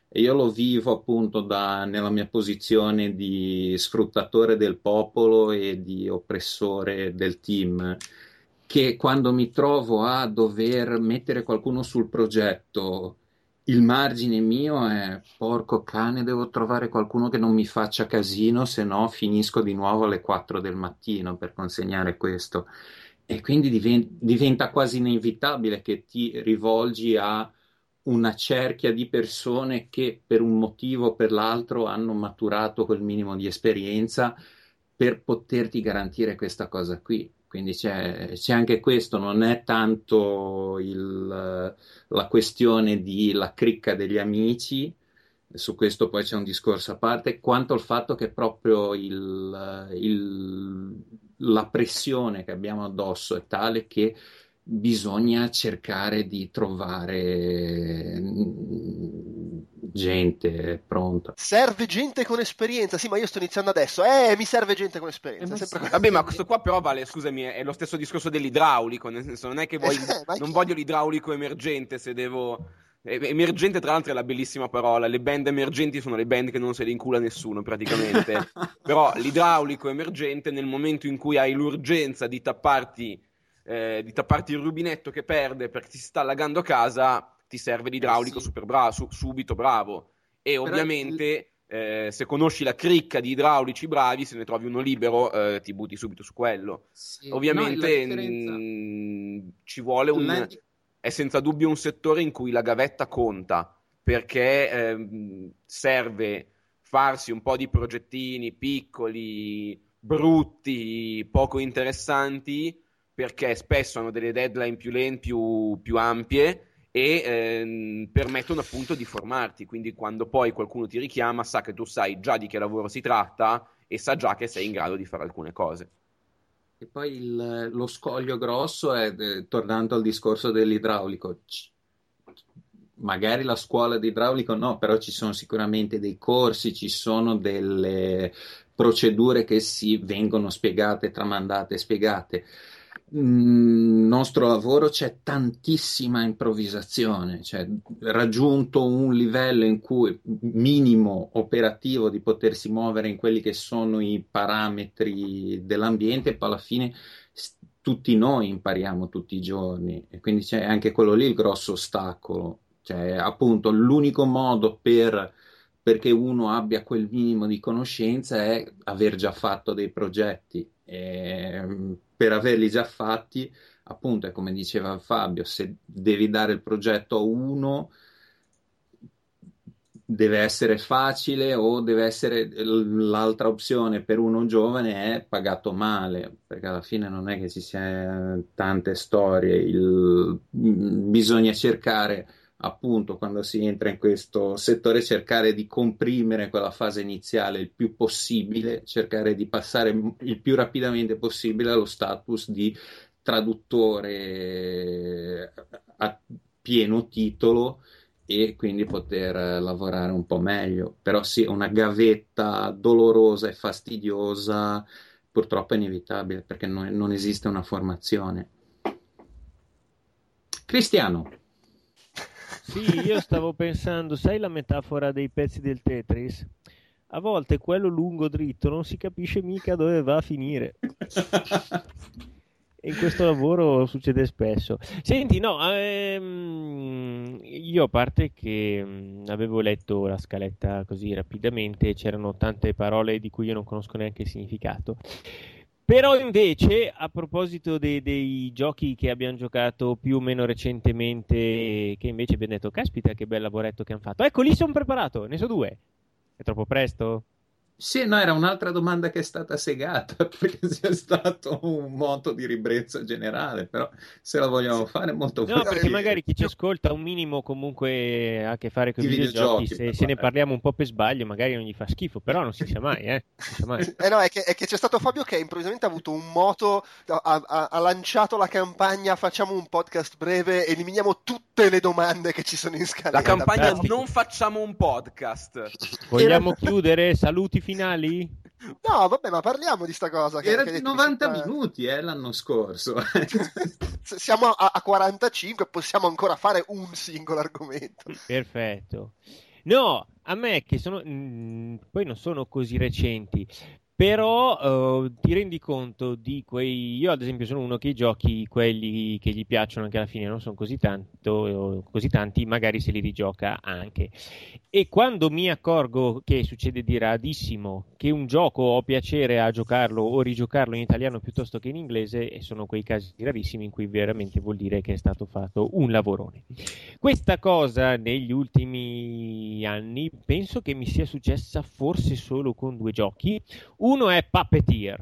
E io lo vivo appunto da, nella mia posizione di sfruttatore del popolo e di oppressore del team, che quando mi trovo a dover mettere qualcuno sul progetto, il margine mio è porco cane, devo trovare qualcuno che non mi faccia casino, se no finisco di nuovo alle quattro del mattino per consegnare questo. E quindi diven- diventa quasi inevitabile che ti rivolgi a una cerchia di persone che per un motivo o per l'altro hanno maturato quel minimo di esperienza per poterti garantire questa cosa qui. Quindi c'è, c'è anche questo, non è tanto il, la questione di la cricca degli amici, su questo poi c'è un discorso a parte, quanto il fatto che proprio il, il, la pressione che abbiamo addosso è tale che bisogna cercare di trovare gente pronta. Serve gente con esperienza, sì, ma io sto iniziando adesso. Eh, mi serve gente con esperienza. Eh, ma sempre sì. quello. Vabbè, ma questo qua però vale, scusami, è lo stesso discorso dell'idraulico, nel senso non è che voglio, Eh, ma non chi- voglio l'idraulico emergente se devo... eh, Emergente tra l'altro è la bellissima parola, le band emergenti sono le band che non se le incula nessuno praticamente, però l'idraulico emergente nel momento in cui hai l'urgenza di tapparti, eh, di tapparti il rubinetto che perde perché ti si sta allagando casa, ti serve l'idraulico Eh, sì. super bravo, su- subito bravo. E Però ovviamente, eh, se conosci la cricca di idraulici bravi, se ne trovi uno libero, eh, ti butti subito su quello. Sì. Ovviamente No, la differenza- mh, ci vuole un... la- È senza dubbio un settore in cui la gavetta conta, perché ehm, serve farsi un po' di progettini piccoli, brutti, poco interessanti, perché spesso hanno delle deadline più lente, più, più ampie, e ehm, permettono appunto di formarti, quindi quando poi qualcuno ti richiama sa che tu sai già di che lavoro si tratta e sa già che sei in grado di fare alcune cose. E poi il- lo scoglio grosso è, eh, tornando al discorso dell'idraulico, c- magari la scuola di idraulico no, però ci sono sicuramente dei corsi, ci sono delle procedure che si vengono spiegate, tramandate, spiegate. Nel nostro lavoro c'è tantissima improvvisazione, cioè raggiunto un livello in cui minimo operativo di potersi muovere in quelli che sono i parametri dell'ambiente, poi alla fine s- tutti noi impariamo tutti i giorni e quindi c'è anche quello lì il grosso ostacolo, cioè appunto l'unico modo per perché uno abbia quel minimo di conoscenza è aver già fatto dei progetti. E, per averli già fatti, appunto, è come diceva Fabio, se devi dare il progetto a uno, deve essere facile o deve essere l'altra opzione per uno giovane è pagato male, perché alla fine non è che ci siano tante storie, il, bisogna cercare appunto quando si entra in questo settore cercare di comprimere quella fase iniziale il più possibile, cercare di passare il più rapidamente possibile allo status di traduttore a pieno titolo e quindi poter lavorare un po' meglio. Però sì, una gavetta dolorosa e fastidiosa purtroppo è inevitabile perché non, non esiste una formazione. Cristiano. Sì, io stavo pensando, sai la metafora dei pezzi del Tetris? A volte quello lungo dritto non si capisce mica dove va a finire. E in questo lavoro succede spesso. Senti, no, ehm, io a parte che mh, avevo letto la scaletta così rapidamente, c'erano tante parole di cui io non conosco neanche il significato. Però invece, a proposito dei, dei giochi che abbiamo giocato più o meno recentemente, che invece abbiamo detto, caspita che bel lavoretto che hanno fatto. Ecco, lì sono preparato, ne so due. È troppo presto? Sì, no, era un'altra domanda che è stata segata perché sia stato un moto di ribrezzo generale, però se la vogliamo fare molto No, volentieri. perché magari chi ci ascolta un minimo comunque ha a che fare con i Di videogiochi, videogiochi, se, per se ne fare. parliamo un po' per sbaglio magari non gli fa schifo, però non si sa mai, eh? Non si sa mai. Eh no, è che, è che c'è stato Fabio che improvvisamente ha avuto un moto, ha, ha- ha lanciato la campagna, facciamo un podcast breve, eliminiamo tutte le domande che ci sono in scaletta. La campagna fantastico. non facciamo un podcast. Vogliamo chiudere? Saluti finali? No, vabbè, ma parliamo di sta cosa. Che, Era che di hai detto che novanta siete- minuti eh, l'anno scorso. Siamo a, a quarantacinque, possiamo ancora fare un singolo argomento. Perfetto. No, a me che sono, mh, poi non sono così recenti, però eh, ti rendi conto di quei, io ad esempio sono uno che i giochi, quelli che gli piacciono anche alla fine non sono così tanto, così tanti, magari se li rigioca anche. E quando mi accorgo, che succede di radissimo, che un gioco ho piacere a giocarlo o rigiocarlo in italiano piuttosto che in inglese, e sono quei casi rarissimi in cui veramente vuol dire che è stato fatto un lavorone. Questa cosa negli ultimi anni penso che mi sia successa forse solo con due giochi. Uno è Puppeteer.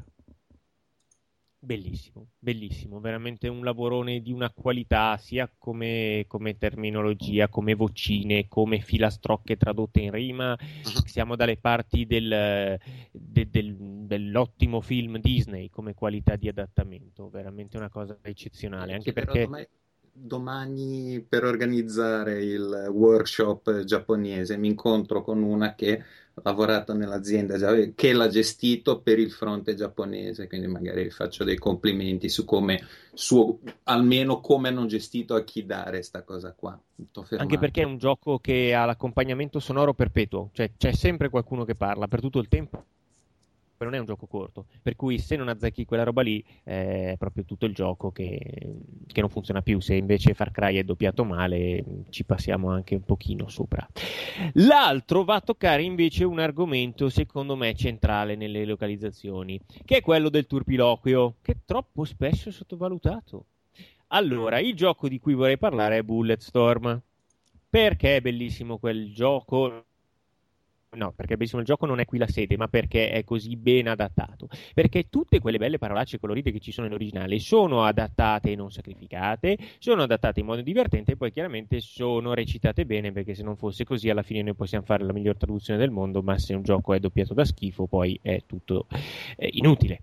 Bellissimo, bellissimo, veramente un lavorone di una qualità sia come, come terminologia, come vocine, come filastrocche tradotte in rima. Siamo dalle parti del, de, del, dell'ottimo film Disney come qualità di adattamento, veramente una cosa eccezionale, anche perché... Domani, domani per organizzare il workshop giapponese mi incontro con una che ha lavorato nell'azienda che l'ha gestito per il fronte giapponese, quindi magari faccio dei complimenti su come, su almeno come hanno gestito a chi dare sta cosa qua. Anche perché è un gioco che ha l'accompagnamento sonoro perpetuo, cioè c'è sempre qualcuno che parla per tutto il tempo. Non è un gioco corto, per cui se non azzecchi quella roba lì è proprio tutto il gioco che, che non funziona più. Se invece Far Cry è doppiato male ci passiamo anche un pochino sopra. L'altro va a toccare invece un argomento secondo me centrale nelle localizzazioni, che è quello del turpiloquio, che troppo spesso è sottovalutato. Allora, il gioco di cui vorrei parlare è Bulletstorm. Perché è bellissimo quel gioco? No, perché è bellissimo il gioco, non è qui la sede, ma perché è così ben adattato. Perché tutte quelle belle parolacce colorite che ci sono nell'originale sono adattate e non sacrificate, sono adattate in modo divertente e poi chiaramente sono recitate bene, perché se non fosse così alla fine noi possiamo fare la miglior traduzione del mondo, ma se un gioco è doppiato da schifo poi è tutto eh, inutile.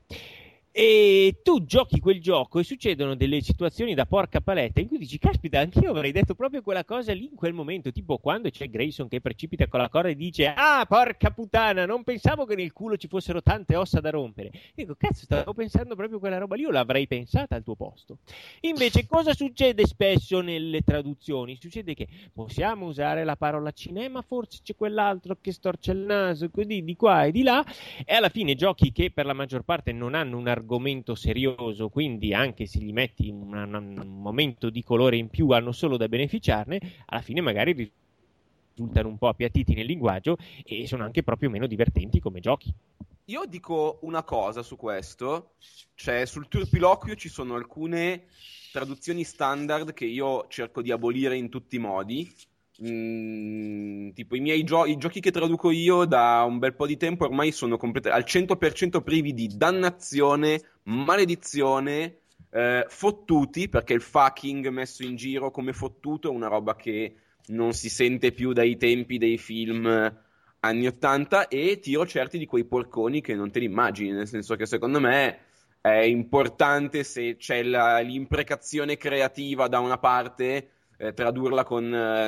E tu giochi quel gioco e succedono delle situazioni da porca paletta in cui dici caspita, anch'io avrei detto proprio quella cosa lì in quel momento, tipo quando c'è Grayson che precipita con la corda e dice ah porca puttana, non pensavo che nel culo ci fossero tante ossa da rompere. Dico cazzo, stavo pensando proprio quella roba lì, io l'avrei pensata al tuo posto. Invece cosa succede spesso nelle traduzioni? Succede che possiamo usare la parola cinema, forse c'è quell'altro che storce il naso così di qua e di là, e alla fine giochi che per la maggior parte non hanno un argomento serioso, quindi anche se gli metti un, un momento di colore in più hanno solo da beneficiarne, alla fine magari risultano un po' appiattiti nel linguaggio e sono anche proprio meno divertenti come giochi. Io dico una cosa su questo, cioè sul turpiloquio ci sono alcune traduzioni standard che io cerco di abolire in tutti i modi. Mm, tipo i miei gio- i giochi che traduco io da un bel po' di tempo ormai sono complet- al cento per cento privi di dannazione, maledizione, eh, fottuti, perché il fucking messo in giro come fottuto è una roba che non si sente più dai tempi dei film anni ottanta, e tiro certi di quei porconi che non te li immagini, nel senso che secondo me è importante, se c'è la- l'imprecazione creativa da una parte, Eh, tradurla con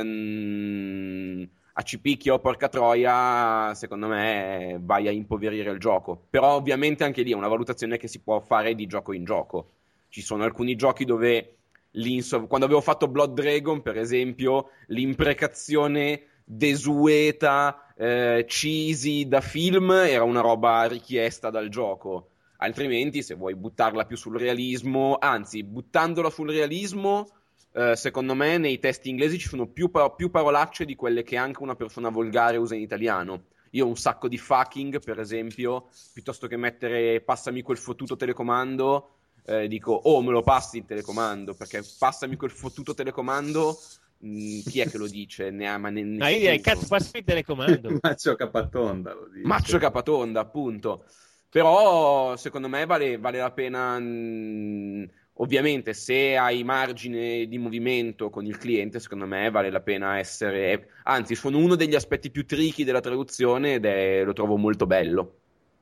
ehm, a cipicchio o porca troia, secondo me vai a impoverire il gioco. Però ovviamente anche lì è una valutazione che si può fare di gioco in gioco. Ci sono alcuni giochi dove quando avevo fatto Blood Dragon, per esempio, l'imprecazione desueta, eh, cheesy da film era una roba richiesta dal gioco. Altrimenti, se vuoi buttarla più sul realismo, anzi, buttandola sul realismo, Uh, secondo me nei testi inglesi ci sono più, pa- più parolacce di quelle che anche una persona volgare usa in italiano. Io ho un sacco di fucking, per esempio, piuttosto che mettere passami quel fottuto telecomando, eh, dico oh me lo passi il telecomando, perché passami quel fottuto telecomando, mh, chi è che lo dice? Ne ha, ma ne, No, io direi cazzo passi il telecomando. Maccio Capatonda lo dice. Maccio Capatonda, appunto. Però secondo me vale, vale la pena... Mh, ovviamente se hai margine di movimento con il cliente, secondo me vale la pena essere, anzi sono uno degli aspetti più tricky della traduzione ed è, lo trovo molto bello.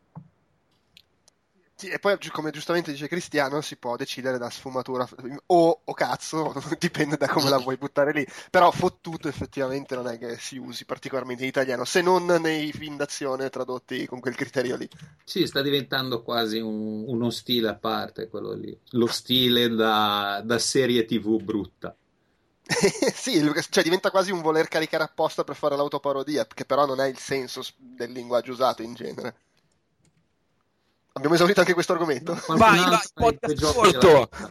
Sì, e poi, come giustamente dice Cristiano, si può decidere da sfumatura o, o cazzo, dipende da come la vuoi buttare lì. Però fottuto effettivamente non è che si usi particolarmente in italiano, se non nei film d'azione tradotti con quel criterio lì. Sì, sta diventando quasi un- uno stile a parte quello lì, lo stile da, da serie tivù brutta. Sì, cioè diventa quasi un voler caricare apposta per fare l'autoparodia, che però non è il senso s- del linguaggio usato in genere. Abbiamo esaurito anche questo argomento? Qualcun Vai, altro vai, ha i due podcast giochi della corto! vita.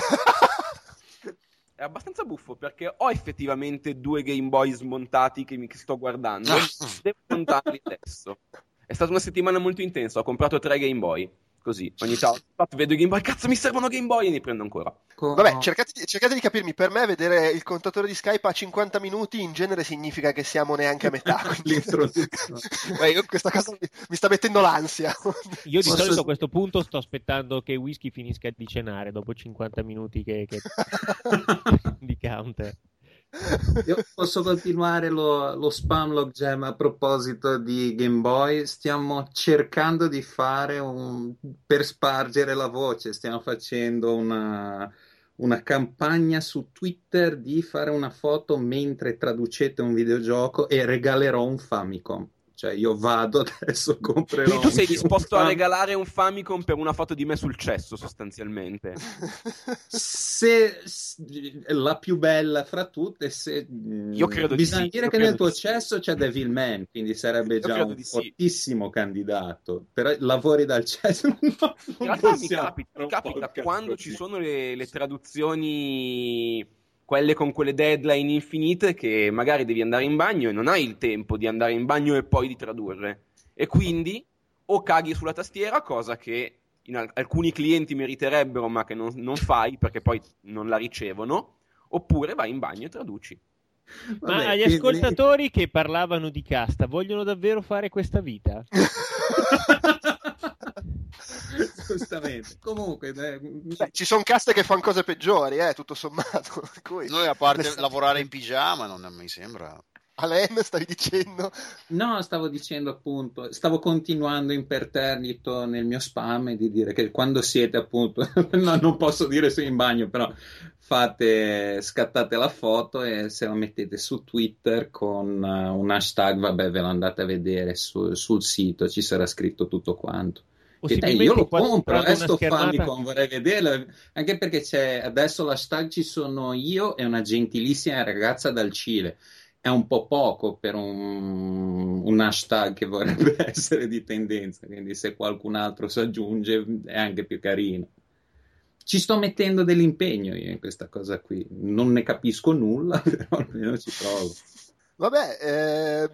È abbastanza buffo perché ho effettivamente due Game Boy smontati che mi che sto guardando. Devo montarli adesso. È stata una settimana molto intensa. Ho comprato tre Game Boy. Così, ogni tanto vedo i Game Boy. Cazzo, mi servono Game Boy e ne prendo ancora. Co- Vabbè, cercate di, cercate di capirmi, per me vedere il contatore di Skype a cinquanta minuti in genere significa che siamo neanche a metà. quindi- L'introduzione. Beh, io questa cosa mi, mi sta mettendo l'ansia. Io di Posso- solito a questo punto sto aspettando che Whisky finisca di cenare dopo cinquanta minuti che, che- di counter. Io posso continuare lo, lo spam log jam a proposito di Game Boy. Stiamo cercando di fare un, per spargere la voce, stiamo facendo una, una campagna su Twitter di fare una foto mentre traducete un videogioco e regalerò un Famicom. Cioè io vado adesso, comprerò Quindi tu sei un- disposto un a Fam- regalare un Famicom per una foto di me sul cesso, sostanzialmente. Se s- la più bella fra tutte, se Io credo di bisogna sì, dire io che credo nel tuo di sì. cesso c'è Devilman, quindi sarebbe Io già credo un di sì. fortissimo candidato. Però lavori dal cesso, no, In non realtà mi possiamo capita, fare mi un capita podcast quando così. ci sono le, le traduzioni, quelle con quelle deadline infinite, che magari devi andare in bagno e non hai il tempo di andare in bagno e poi di tradurre. E quindi o caghi sulla tastiera, cosa che in al- alcuni clienti meriterebbero, ma che non, non fai perché poi non la ricevono, oppure vai in bagno e traduci. Ma Vabbè, agli quindi- ascoltatori che parlavano di casta vogliono davvero fare questa vita? Giustamente. Comunque, dai, Beh, ci sono caste che fanno cose peggiori, eh, tutto sommato. Per cui- Noi, a parte Le- lavorare in pigiama, non mi sembra. Alain, stavi dicendo? no, stavo dicendo appunto, stavo continuando imperterrito nel mio spam e di dire che quando siete appunto, no, non posso dire se in bagno, però fate, scattate la foto e se la mettete su Twitter con eh, un hashtag, vabbè, ve lo andate a vedere su- sul sito, ci sarà scritto tutto quanto. Che dai, io lo quando compro, prendo eh, una sto schermata- Famicom, vorrei vederlo, anche perché c'è adesso l'hashtag ci sono io e una gentilissima ragazza dal Cile. È un po' poco per un, un hashtag che vorrebbe essere di tendenza, quindi se qualcun altro si aggiunge è anche più carino. Ci sto mettendo dell'impegno io in questa cosa qui, non ne capisco nulla, però almeno ci provo. Vabbè, eh,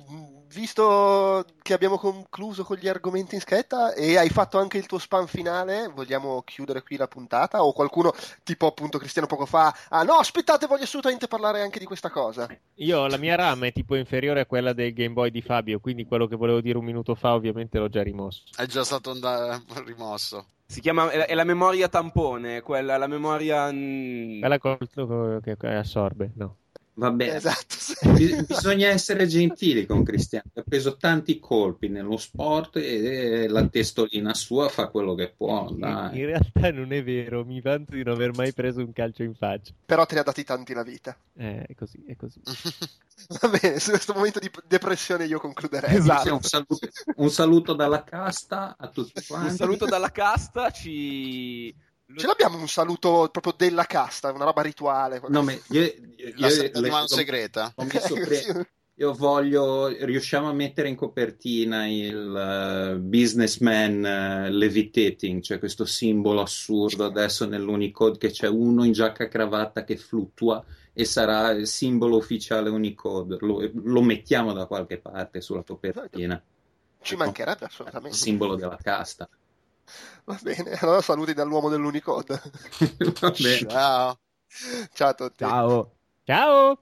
visto che abbiamo concluso con gli argomenti in scaletta e hai fatto anche il tuo spam finale, vogliamo chiudere qui la puntata? O qualcuno, tipo appunto Cristiano poco fa, ah no, aspettate, voglio assolutamente parlare anche di questa cosa. Io la mia RAM è tipo inferiore a quella del Game Boy di Fabio, quindi quello che volevo dire un minuto fa ovviamente l'ho già rimosso. È già stato onda- rimosso. Si chiama, è, è la memoria tampone, quella, la memoria... mm, Quella col- che che assorbe, no. Vabbè, Esatto. sì. Bis- bisogna essere gentili con Cristiano, ha preso tanti colpi nello sport e la testolina sua fa quello che può, In, dai. in realtà non è vero, mi vanto di non aver mai preso un calcio in faccia. Però te ne ha dati tanti la vita. Eh, è così, è così. Va bene, su questo momento di depressione io concluderei. Esatto. Un saluto, un saluto dalla casta a tutti quanti. Un saluto dalla casta, ci... Ce l'abbiamo un saluto proprio della casta, una roba rituale. No, ma io, io- La io- settimana le- segreta. ho messo Eh, pre- sì. io voglio, riusciamo a mettere in copertina il eh, businessman eh, levitating, cioè questo simbolo assurdo adesso nell'Unicode che c'è uno in giacca e cravatta che fluttua e sarà il simbolo ufficiale Unicode. Lo, lo mettiamo da qualche parte sulla copertina. Ci mancherebbe Il assolutamente. simbolo della casta. Va bene, allora saluti dall'uomo dell'Unicode. Va bene. Ciao. Ciao a tutti. Ciao! Ciao!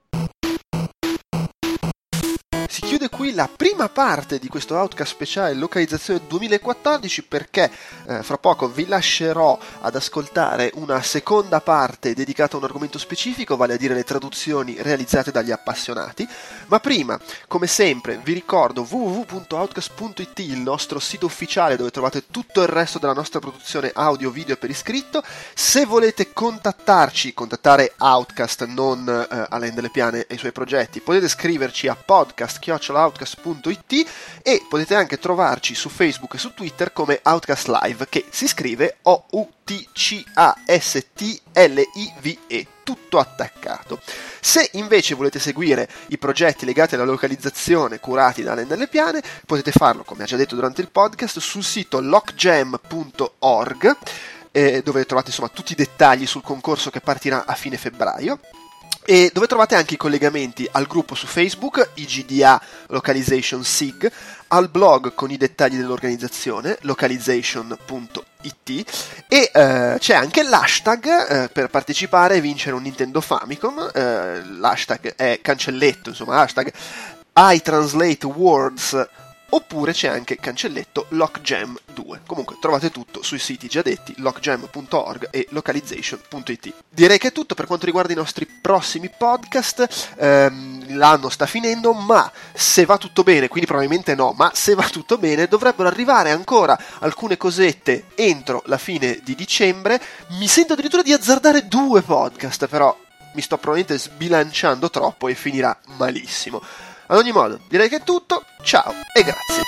Si chiude qui la prima parte di questo Outcast speciale localizzazione duemilaquattordici perché eh, fra poco vi lascerò ad ascoltare una seconda parte dedicata a un argomento specifico, vale a dire le traduzioni realizzate dagli appassionati. Ma prima, come sempre, vi ricordo w w w punto outcast punto i t, il nostro sito ufficiale dove trovate tutto il resto della nostra produzione audio, video per iscritto. Se volete contattarci, contattare Outcast, non eh, Alain Delle Piane e i suoi progetti, potete scriverci a podcast chiocciola outcast punto i t e potete anche trovarci su Facebook e su Twitter come Outcast Live, che si scrive O U T C A S T L I V E. tutto attaccato. Se invece volete seguire i progetti legati alla localizzazione curati da Alain Delle Piane, potete farlo, come ha già detto durante il podcast, sul sito lockjam punto org, eh, dove trovate insomma tutti i dettagli sul concorso che partirà a fine febbraio, e dove trovate anche i collegamenti al gruppo su Facebook I G D A Localization S I G, al blog con i dettagli dell'organizzazione localization punto it, e eh, c'è anche l'hashtag eh, per partecipare e vincere un Nintendo Famicom. Eh, l'hashtag è cancelletto, insomma, hashtag I translate words, oppure c'è anche cancelletto lockjam due. Comunque trovate tutto sui siti già detti, lockjam punto org e localization punto it. Direi che è tutto per quanto riguarda i nostri prossimi podcast. Ehm, l'anno sta finendo, ma se va tutto bene, quindi probabilmente no, ma se va tutto bene dovrebbero arrivare ancora alcune cosette entro la fine di dicembre. Mi sento addirittura di azzardare due podcast, però mi sto probabilmente sbilanciando troppo e finirà malissimo. Ad ogni modo, direi che è tutto, ciao e grazie.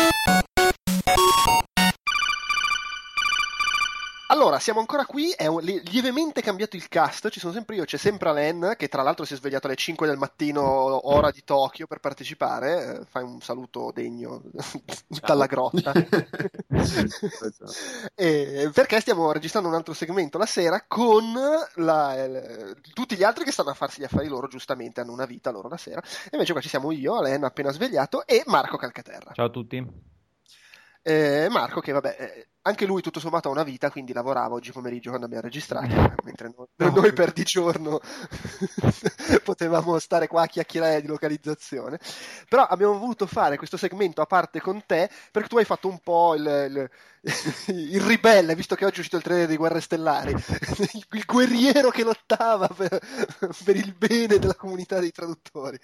Allora, siamo ancora qui, è un- li- lievemente cambiato il cast, ci sono sempre io, c'è sempre Alain, che tra l'altro si è svegliato alle cinque del mattino, ora di Tokyo, per partecipare. Eh, fai un saluto degno dalla grotta. E perché stiamo registrando un altro segmento la sera con la- il- tutti gli altri che stanno a farsi gli affari loro, giustamente, hanno una vita loro la sera, e invece qua ci siamo io, Alain appena svegliato, e Marco Calcaterra. Ciao a tutti. Eh, Marco, che vabbè, eh, anche lui tutto sommato ha una vita, quindi lavorava oggi pomeriggio quando abbiamo registrato, mentre noi, No. noi per di giorno potevamo stare qua a chiacchierare di localizzazione. Però abbiamo voluto fare questo segmento a parte con te, perché tu hai fatto un po' il, il- il ribelle, visto che oggi è uscito il trailer di Guerre Stellari, il, il guerriero che lottava per, per il bene della comunità dei traduttori.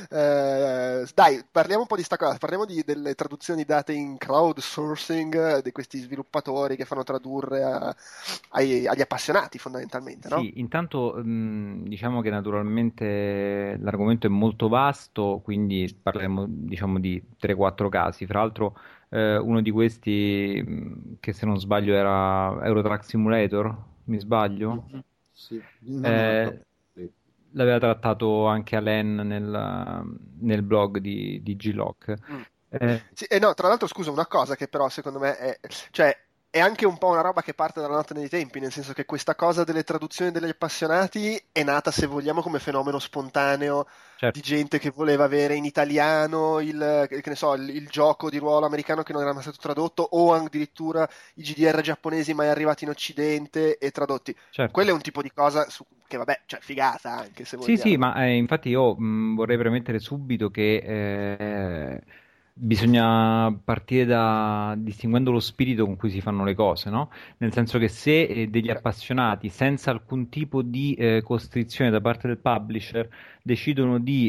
Eh, dai, parliamo un po' di sta cosa, parliamo di- delle traduzioni date in crowdsourcing, di questi sviluppatori che fanno tradurre a- ai- agli appassionati fondamentalmente, no? Sì, intanto mh, diciamo che naturalmente l'argomento è molto vasto, quindi parleremo diciamo di tre quattro casi. Fra l'altro eh, uno di questi, mh, che se non sbaglio era Eurotrack Simulator, mi sbaglio? Sì. No, Eh, no, no. Sì. L'aveva trattato anche Alain nel, nel blog di, di G-Lock. Mm. Eh, Sì, e no, tra l'altro scusa, una cosa che però secondo me è, cioè, è anche un po' una roba che parte dalla notte dei tempi, nel senso che questa cosa delle traduzioni degli appassionati è nata, se vogliamo, come fenomeno spontaneo certo. di gente che voleva avere in italiano il, che ne so, il, il gioco di ruolo americano che non era mai stato tradotto, o addirittura i G D R giapponesi mai arrivati in Occidente e tradotti. Certo. Quello è un tipo di cosa su- che vabbè, cioè figata anche se Sì, vogliamo. sì, ma eh, infatti io mh, vorrei premettere subito che eh, bisogna partire da distinguendo lo spirito con cui si fanno le cose, no? Nel senso che se eh, degli appassionati, senza alcun tipo di eh, costrizione da parte del publisher, decidono di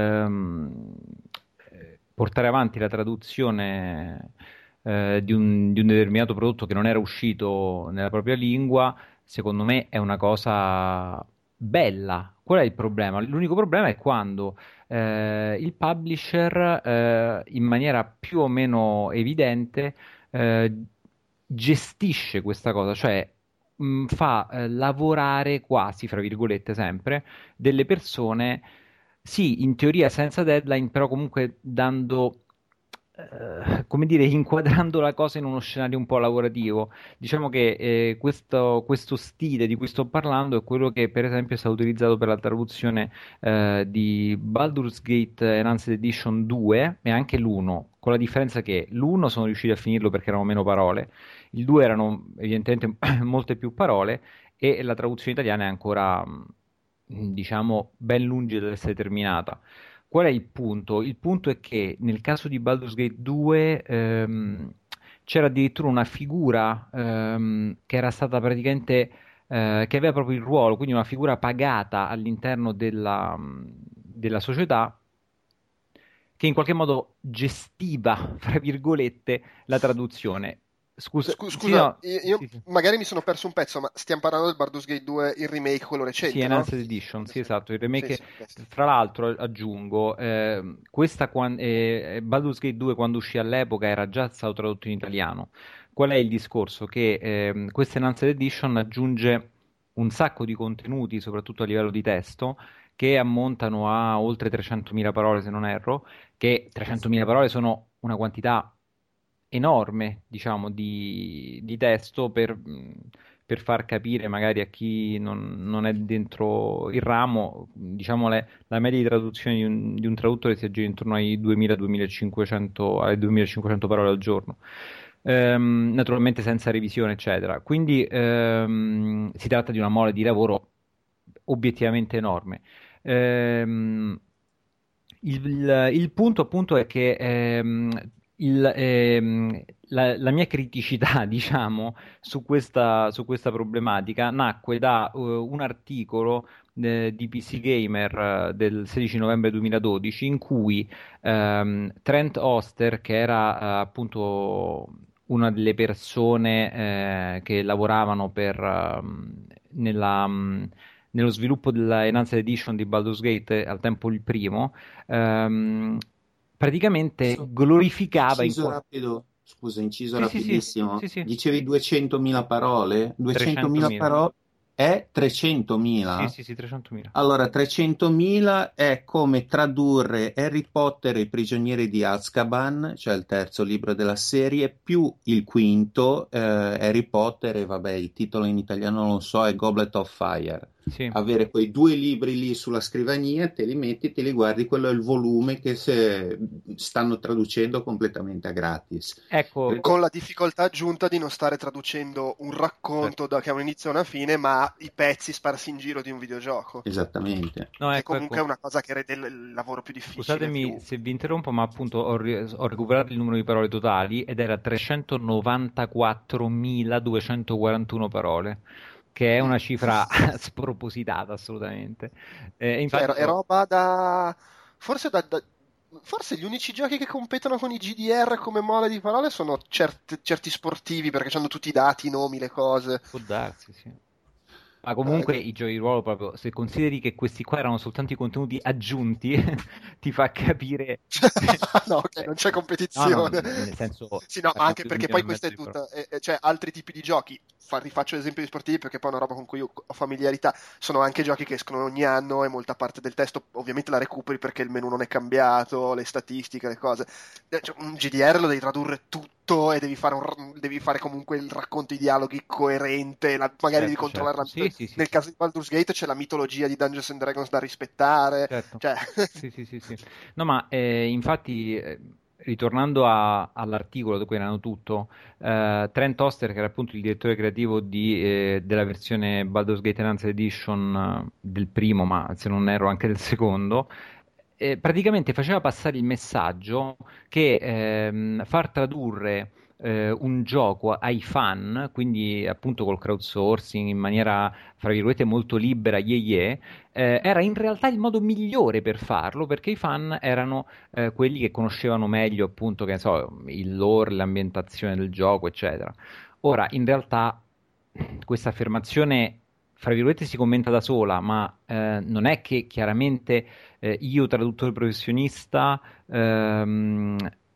ehm, eh, portare avanti la traduzione eh, di un, di un determinato prodotto che non era uscito nella propria lingua, secondo me è una cosa bella. Qual è il problema? L'unico problema è quando eh, il publisher eh, in maniera più o meno evidente eh, gestisce questa cosa, cioè mh, fa eh, lavorare quasi, fra virgolette, sempre delle persone, sì, in teoria senza deadline, però comunque dando, eh, come dire, inquadrando la cosa in uno scenario un po' lavorativo. Diciamo che eh, questo, questo stile di cui sto parlando è quello che per esempio è stato utilizzato per la traduzione eh, di Baldur's Gate Enhanced Edition due e anche l'uno, con la differenza che l'uno sono riusciti a finirlo perché erano meno parole, il due erano evidentemente molte più parole e la traduzione italiana è ancora, mh, diciamo, ben lungi dall'essere terminata. Qual è il punto? Il punto è che nel caso di Baldur's Gate due ehm, c'era addirittura una figura ehm, che era stata praticamente eh, che aveva proprio il ruolo, quindi una figura pagata all'interno della, della società che in qualche modo gestiva, fra virgolette, la traduzione. Scusa, Scu- sì, Scusa, no, io, io sì, sì. magari mi sono perso un pezzo, ma stiamo parlando del Baldur's Gate due, il remake, quello recente, Sì, no? Enhanced Edition, sì, esatto, il remake. Sì, sì, sì. Fra l'altro aggiungo, eh, questa quan- eh, Baldur's Gate due quando uscì all'epoca era già stato tradotto in italiano. Qual è il discorso? Che ehm, questa Enhanced Edition aggiunge un sacco di contenuti, soprattutto a livello di testo, che ammontano a oltre trecentomila parole, se non erro, che trecentomila parole sono una quantità enorme, diciamo, di, di testo per, per far capire magari a chi non, non è dentro il ramo, diciamo, le- la media di traduzione di un, di un traduttore si aggira intorno ai duemila-duemilacinquecento, alle duemilacinquecento parole al giorno. Ehm, naturalmente senza revisione, eccetera. Quindi ehm, si tratta di una mole di lavoro obiettivamente enorme. Ehm, il, il punto appunto è che ehm, il, ehm, la, la mia criticità, diciamo, su questa, su questa problematica nacque da eh, un articolo eh, di P C Gamer eh, del sedici novembre duemiladodici in cui ehm, Trent Oster, che era eh, appunto una delle persone eh, che lavoravano per, ehm, nella, mh, nello sviluppo della Enhanced Edition di Baldur's Gate, al tempo il primo, ehm, praticamente Posso- glorificava in Inciso qua- rapido, scusa, inciso Sì, sì, sì, rapidissimo. sì, sì, Dicevi duecentomila parole? duecentomila trecentomila. parole è Sì, trecentomila? sì, sì, trecentomila. Allora, trecentomila è come tradurre Harry Potter e i prigionieri di Azkaban, cioè il terzo libro della serie, più il quinto, eh, Harry Potter, e vabbè, il titolo in italiano non so, è Goblet of Fire. Sì. Avere quei due libri lì sulla scrivania, te li metti, te li guardi, quello è il volume che se stanno traducendo completamente a gratis. Ecco, Credo- Con la difficoltà aggiunta di non stare traducendo un racconto da, che ha un inizio e una fine, ma i pezzi sparsi in giro di un videogioco. Esattamente. no, Che ecco, comunque ecco. è una cosa che rende il il lavoro più difficile. Scusatemi più... se vi interrompo, ma appunto ho, ri- ho recuperato il numero di parole totali ed era trecentonovantaquattromiladuecentoquarantuno parole, che è una cifra spropositata assolutamente. Eh, Cioè, infatti, è ho- roba da... Forse da... da- Forse gli unici giochi che competono con i G D R come mole di parole sono cert- certi sportivi, perché hanno tutti i dati, i nomi, le cose. può darsi, sì. Ma Eh, comunque i giochi di ruolo proprio, se consideri che questi qua erano soltanto i contenuti aggiunti, ti fa capire... No, ok, Cioè, non c'è no, no, competizione. nel senso, Sì, no, ma parliamo anche di un perché milione poi e questa mezzo è di parole. tutta, eh, eh, cioè altri tipi di giochi, fa, rifaccio l'esempio di sportivi perché poi è una roba con cui io ho familiarità, sono anche giochi che escono ogni anno e molta parte del testo ovviamente la recuperi perché il menu non è cambiato, le statistiche, le cose. Eh, cioè, un G D R lo devi tradurre tutto e devi fare, un- devi fare comunque il racconto, i dialoghi coerente, la- magari devi Certo, controllare certo. la- Sì, sì, sì, nel sì, caso di Baldur's Gate c'è la mitologia di Dungeons and Dragons da rispettare, certo. cioè... Sì, sì, sì, sì. No, ma eh, infatti, eh, ritornando a- all'articolo da cui erano tutto, eh, Trent Oster, che era appunto il direttore creativo di, eh, della versione Baldur's Gate Enhanced Edition eh, del primo, ma se non erro anche del secondo, eh, praticamente faceva passare il messaggio che ehm, far tradurre eh, un gioco ai fan, quindi appunto col crowdsourcing in maniera, fra virgolette, molto libera, ye ye, eh, era in realtà il modo migliore per farlo perché i fan erano eh, quelli che conoscevano meglio appunto, che ne so, il lore, l'ambientazione del gioco, eccetera. Ora, in realtà, questa affermazione, fra virgolette, si commenta da sola, ma eh, non è che chiaramente eh, io, traduttore professionista, ehm,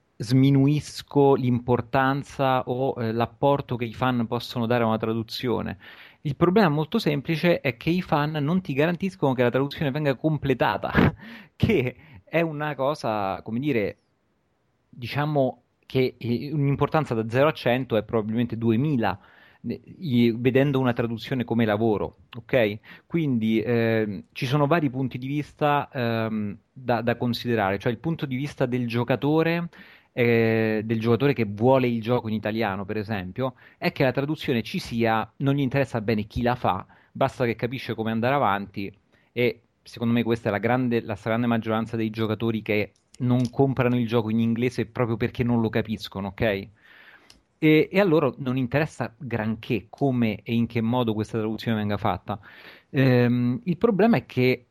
sminuisco l'importanza o eh, l'apporto che i fan possono dare a una traduzione. Il problema molto semplice è che i fan non ti garantiscono che la traduzione venga completata, che è una cosa, come dire, diciamo che eh, un'importanza da zero a cento è probabilmente duemila, eh, i- vedendo una traduzione come lavoro, ok? Quindi ehm, ci sono vari punti di vista ehm, da, da considerare, cioè il punto di vista del giocatore, eh, del giocatore che vuole il gioco in italiano, per esempio, è che la traduzione ci sia, non gli interessa bene chi la fa, basta che capisce come andare avanti e secondo me questa è la grande, la stragrande maggioranza dei giocatori che non comprano il gioco in inglese proprio perché non lo capiscono, ok? E, e a loro non interessa granché come e in che modo questa traduzione venga fatta. Ehm, il problema è che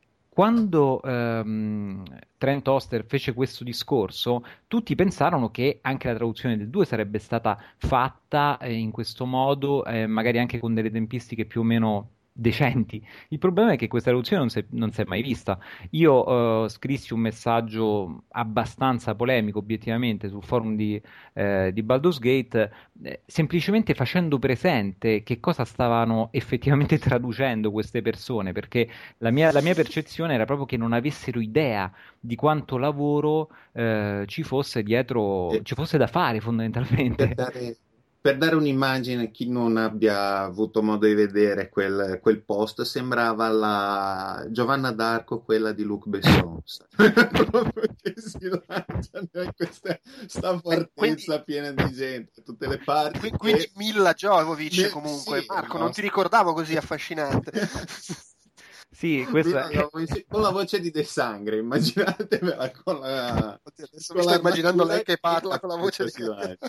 quando ehm, Trent Oster fece questo discorso, tutti pensarono che anche la traduzione del due sarebbe stata fatta eh, in questo modo, eh, magari anche con delle tempistiche più o meno decenti. Il problema è che questa traduzione non si è, non si è mai vista. Io eh, scrissi un messaggio abbastanza polemico, obiettivamente, sul forum di, eh, di Baldur's Gate, eh, semplicemente facendo presente che cosa stavano effettivamente traducendo queste persone, perché la mia, la mia percezione era proprio che non avessero idea di quanto lavoro eh, ci fosse dietro, E ci fosse da fare per fondamentalmente. dare, per dare un'immagine a chi non abbia avuto modo di vedere quel, quel post, sembrava la Giovanna d'Arco, quella di Luc Besson. Proprio che si lanciano in questa sta Eh, quindi, fortezza piena di gente da tutte le parti qui- quindi che Milla Jovovich ne- comunque. sì, Marco, no? non ti ricordavo così affascinante. Sì, questo Mila è... Jovovich con la voce di De Sangre, immaginatevela con la, Oddio, adesso mi con sto immaginando l'armatura lei che e parla la con la voce forza di... si lancia.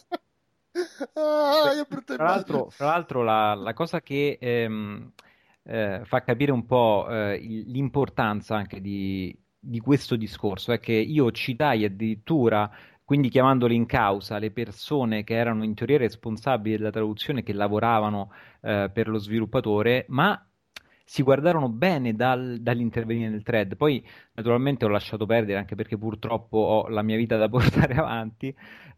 Ah, che brutta Fra l'altro, immagine. fra l'altro la, la cosa che ehm, eh, fa capire un po' eh, il- l'importanza anche di, di questo discorso è che io citai addirittura, quindi chiamandole in causa, le persone che erano in teoria responsabili della traduzione, che lavoravano eh, per lo sviluppatore, ma si guardarono bene dal- dall'intervenire nel thread. Poi, naturalmente, ho lasciato perdere anche perché purtroppo ho la mia vita da portare avanti.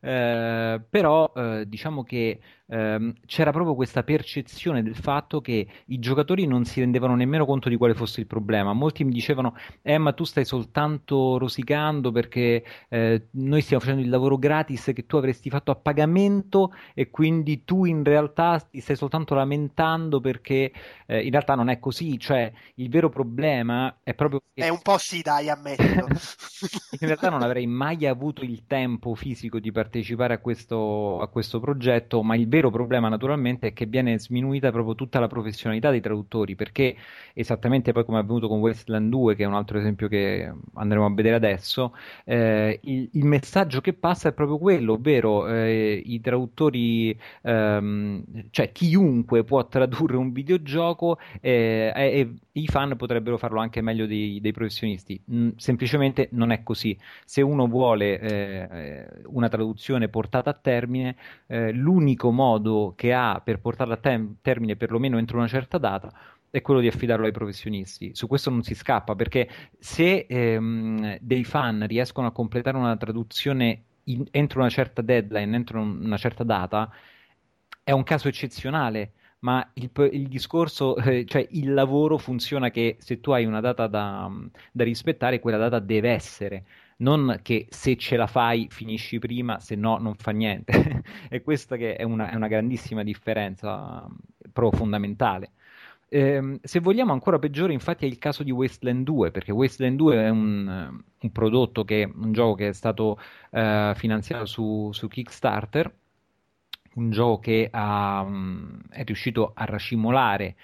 Eh, però eh, diciamo che ehm, c'era proprio questa percezione del fatto che i giocatori non si rendevano nemmeno conto di quale fosse il problema. Molti mi dicevano: Eh, ma tu stai soltanto rosicando perché eh, noi stiamo facendo il lavoro gratis che tu avresti fatto a pagamento, e quindi tu in realtà ti stai soltanto lamentando perché eh, in realtà non è così. Cioè, il vero problema è proprio È che un po' sì, dai, ammettilo. in realtà non avrei mai avuto il tempo fisico di partecipare a questo, a questo progetto, ma il vero problema naturalmente è che viene sminuita proprio tutta la professionalità dei traduttori, perché esattamente poi come è avvenuto con Wasteland due, che è un altro esempio che andremo a vedere adesso, eh, il, il messaggio che passa è proprio quello, ovvero eh, i traduttori, ehm, cioè chiunque può tradurre un videogioco eh, e, e i fan potrebbero farlo anche meglio dei, dei professionisti. Mm, semplicemente non è così. Se uno vuole eh, eh, una traduzione portata a termine, eh, l'unico modo che ha per portarla a tem- termine, perlomeno entro una certa data, è quello di affidarlo ai professionisti. Su questo non si scappa, perché se ehm, dei fan riescono a completare una traduzione in- entro una certa deadline, entro un- una certa data, è un caso eccezionale. Ma il, il discorso, eh, cioè il lavoro funziona che se tu hai una data da, da rispettare, quella data deve essere, non che se ce la fai finisci prima, se no non fa niente. E questa che è una, è una grandissima differenza, proprio fondamentale. Ehm, se vogliamo ancora peggiore, infatti, è il caso di Wasteland due, perché Wasteland due è un, un prodotto che, un gioco che è stato eh, finanziato su, su Kickstarter, un gioco che ha, mm, è riuscito a racimolare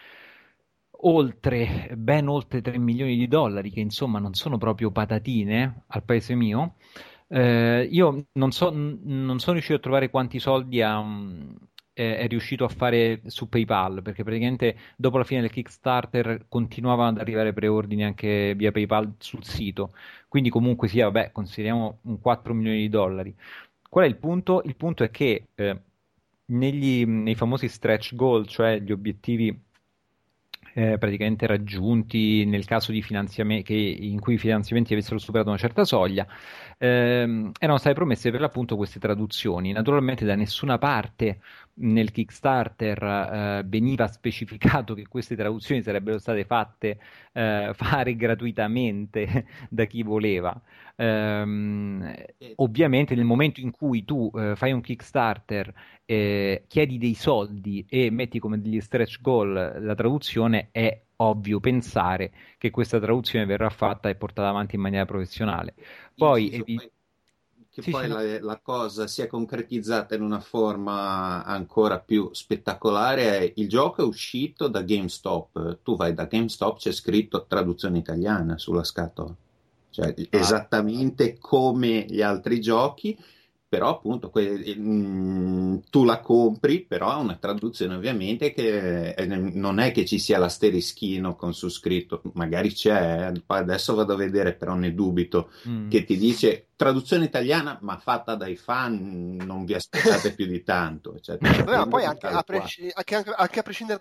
oltre, ben oltre tre milioni di dollari, che insomma non sono proprio patatine al paese mio. Eh, io non so, n- non sono riuscito a trovare quanti soldi ha, mm, è, è riuscito a fare su PayPal, perché praticamente dopo la fine del Kickstarter continuavano ad arrivare preordini anche via PayPal sul sito. Quindi comunque sia, vabbè, consideriamo un quattro milioni di dollari. Qual è il punto? Il punto è che eh, negli- nei famosi stretch goal, cioè gli obiettivi eh, praticamente raggiunti nel caso di finanziamenti in cui i finanziamenti avessero superato una certa soglia, ehm, erano state promesse per l'appunto queste traduzioni. Naturalmente da nessuna parte nel Kickstarter eh, veniva specificato che queste traduzioni sarebbero state fatte eh, fare gratuitamente da chi voleva. Ehm, E- Ovviamente nel momento in cui tu eh, fai un Kickstarter, eh, chiedi dei soldi e metti come degli stretch goal la traduzione, è ovvio pensare che questa traduzione verrà fatta e portata avanti in maniera professionale. Poi, Inciso evi- poi che sì, sì, poi no. la, la cosa si è concretizzata in una forma ancora più spettacolare è il gioco è uscito da GameStop. Tu vai da GameStop, c'è scritto traduzione italiana sulla scatola, cioè Ah, esattamente come gli altri giochi, però appunto que- mm, tu la compri, però è una traduzione ovviamente che eh, non è che ci sia l'asterischino con su scritto, magari c'è, eh, poi adesso vado a vedere, però ne dubito, Mm. che ti dice traduzione italiana ma fatta dai fan, non vi aspettate più di tanto, cioè te la vabbè, ma prendono poi anche tal a, quale. presci- anche- anche- anche a prescindere dalla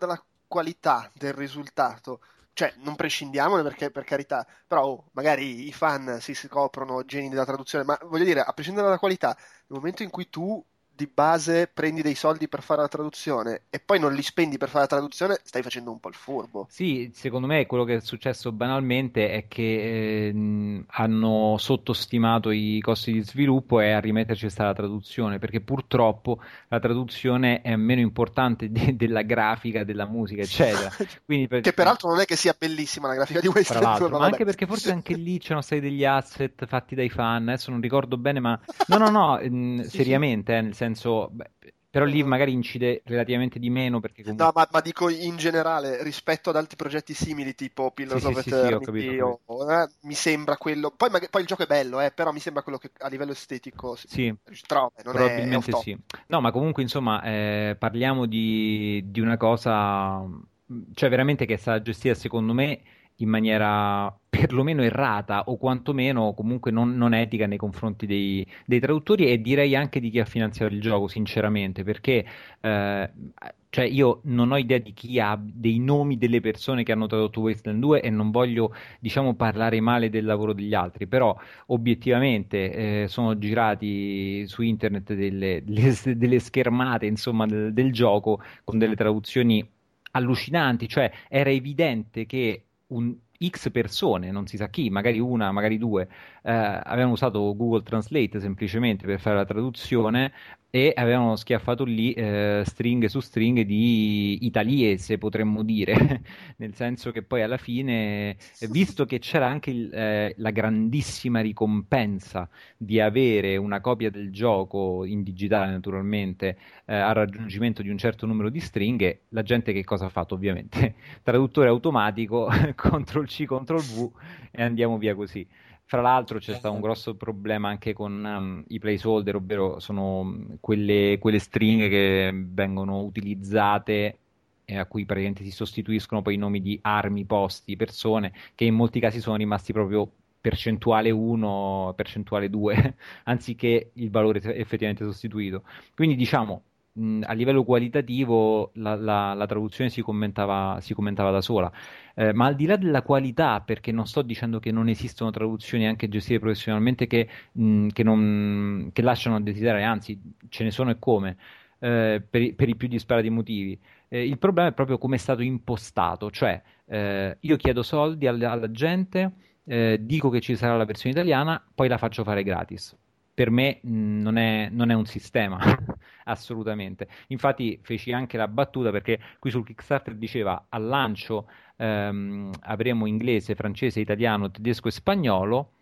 qualità del risultato, cioè non prescindiamone perché per carità, però oh, magari i fan si scoprono geni della traduzione, ma voglio dire, a prescindere dalla qualità, nel momento in cui tu di base prendi dei soldi per fare la traduzione e poi non li spendi per fare la traduzione, stai facendo un po' il furbo. Sì, secondo me quello che è successo banalmente è che ehm, hanno sottostimato i costi di sviluppo e a rimetterci sta la traduzione, perché purtroppo la traduzione è meno importante de- della grafica, della musica, eccetera. Quindi per- Che peraltro non è che sia bellissima la grafica di Tra Wasteland l'altro, due, ma ma anche vabbè. perché forse anche lì c'erano stati degli asset fatti dai fan, adesso non ricordo bene, ma no, no, no, ehm, seriamente, eh, nel senso, beh, però lì Uh-huh. magari incide relativamente di meno perché No, comunque... ma, ma dico in generale, rispetto ad altri progetti simili, tipo Sì, Pillars sì, of sì, sì, ho Eternity, capito, ho o, eh, mi sembra quello. Poi, maga- poi il gioco è bello, eh, però mi sembra quello che a livello estetico si Sì, si trova, non è, è off probabilmente top. sì. No, ma comunque, insomma, eh, parliamo di, di una cosa, cioè veramente che è stata gestita, secondo me, in maniera perlomeno errata o quantomeno comunque non, non etica nei confronti dei, dei traduttori e direi anche di chi ha finanziato il gioco, sinceramente, perché eh, cioè io non ho idea di chi ha dei nomi delle persone che hanno tradotto Wasteland due e non voglio, diciamo, parlare male del lavoro degli altri, però obiettivamente eh, sono girati su internet delle, delle- delle schermate, insomma, del, del gioco con delle traduzioni allucinanti, cioè era evidente che un X persone, non si sa chi, magari una, magari due, eh, avevano usato Google Translate semplicemente per fare la traduzione e avevano schiaffato lì eh, stringhe su stringhe di italiese, potremmo dire, nel senso che poi alla fine, eh, visto che c'era anche il- eh, la grandissima ricompensa di avere una copia del gioco in digitale, naturalmente, eh, al raggiungimento di un certo numero di stringhe, la gente che cosa ha fatto? Ovviamente, traduttore automatico, control C, control V e andiamo via così. Fra l'altro c'è stato un grosso problema anche con um, i placeholder, ovvero sono um, quelle, quelle stringhe che vengono utilizzate e a cui praticamente si sostituiscono poi i nomi di armi, posti, persone, che in molti casi sono rimasti proprio percentuale uno, percentuale due, anziché il valore effettivamente sostituito. Quindi diciamo, mh, a livello qualitativo la, la- la traduzione si commentava, si commentava da sola. Eh, ma al di là della qualità, perché non sto dicendo che non esistono traduzioni anche gestite professionalmente che, mh, che non- che lasciano a desiderare, anzi ce ne sono e come, eh, per, i per i più disparati motivi. Eh, il problema è proprio come è stato impostato, cioè eh, io chiedo soldi alla, alla gente, eh, dico che ci sarà la versione italiana, poi la faccio fare gratis. Per me mh, non è, non è un sistema, assolutamente. Infatti feci anche la battuta perché qui sul Kickstarter diceva al lancio ehm, avremo inglese, francese, italiano, tedesco e spagnolo,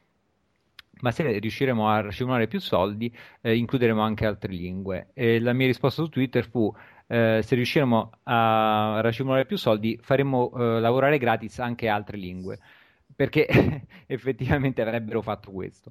ma se riusciremo a racimolare più soldi, eh, includeremo anche altre lingue. E la mia risposta su Twitter fu: eh, se riusciremo a racimolare più soldi, faremo eh, lavorare gratis anche altre lingue, perché effettivamente avrebbero fatto questo.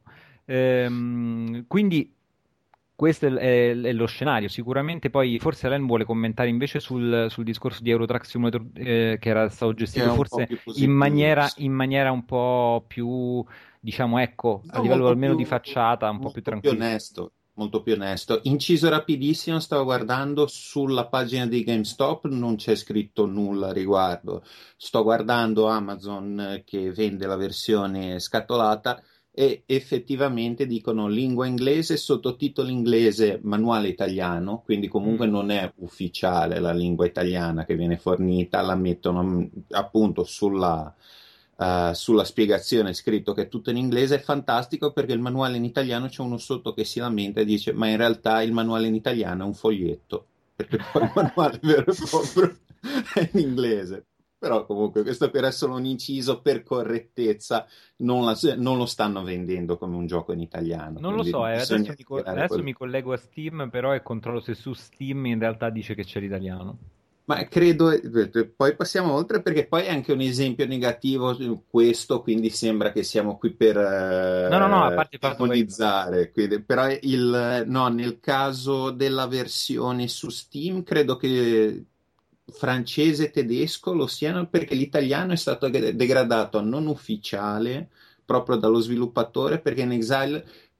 Ehm, quindi questo è, è- è lo scenario. Sicuramente poi forse Len vuole commentare invece sul, sul discorso di Euro Truck Simulator eh, che era stato che è gestito un po' forse più in positivo. maniera, in maniera un po' più, diciamo, ecco, a No, livello molto almeno di più, facciata, un po' più molto più tranquillo. onesto, molto più onesto. Inciso rapidissimo, stavo guardando sulla pagina di GameStop, non c'è scritto nulla a riguardo. Sto guardando Amazon eh, che vende la versione scatolata e effettivamente dicono lingua inglese, sottotitolo inglese, manuale italiano, quindi comunque Mm. non è ufficiale la lingua italiana che viene fornita, la mettono mm, appunto sulla eh, sulla spiegazione scritto che è tutto in inglese, è fantastico perché il manuale in italiano c'è uno sotto che si lamenta e dice ma in realtà il manuale in italiano è un foglietto, perché poi il manuale vero e proprio è in inglese. Però comunque questo per essere un inciso per correttezza non, la- non lo stanno vendendo come un gioco in italiano, Non lo quindi so, eh, adesso bisogna mi, co- tirare adesso quello. mi collego a Steam, però e controllo se su Steam in realtà dice che c'è l'italiano. Ma credo, eh, poi passiamo oltre perché poi è anche un esempio negativo su questo, quindi sembra che siamo qui per No, no, no, a eh, parte il fatto poi... demonizzare. Quindi- però il, no, nel caso della versione su Steam, credo che francese e tedesco lo siano perché l'italiano è stato de- degradato a non ufficiale proprio dallo sviluppatore perché in Exile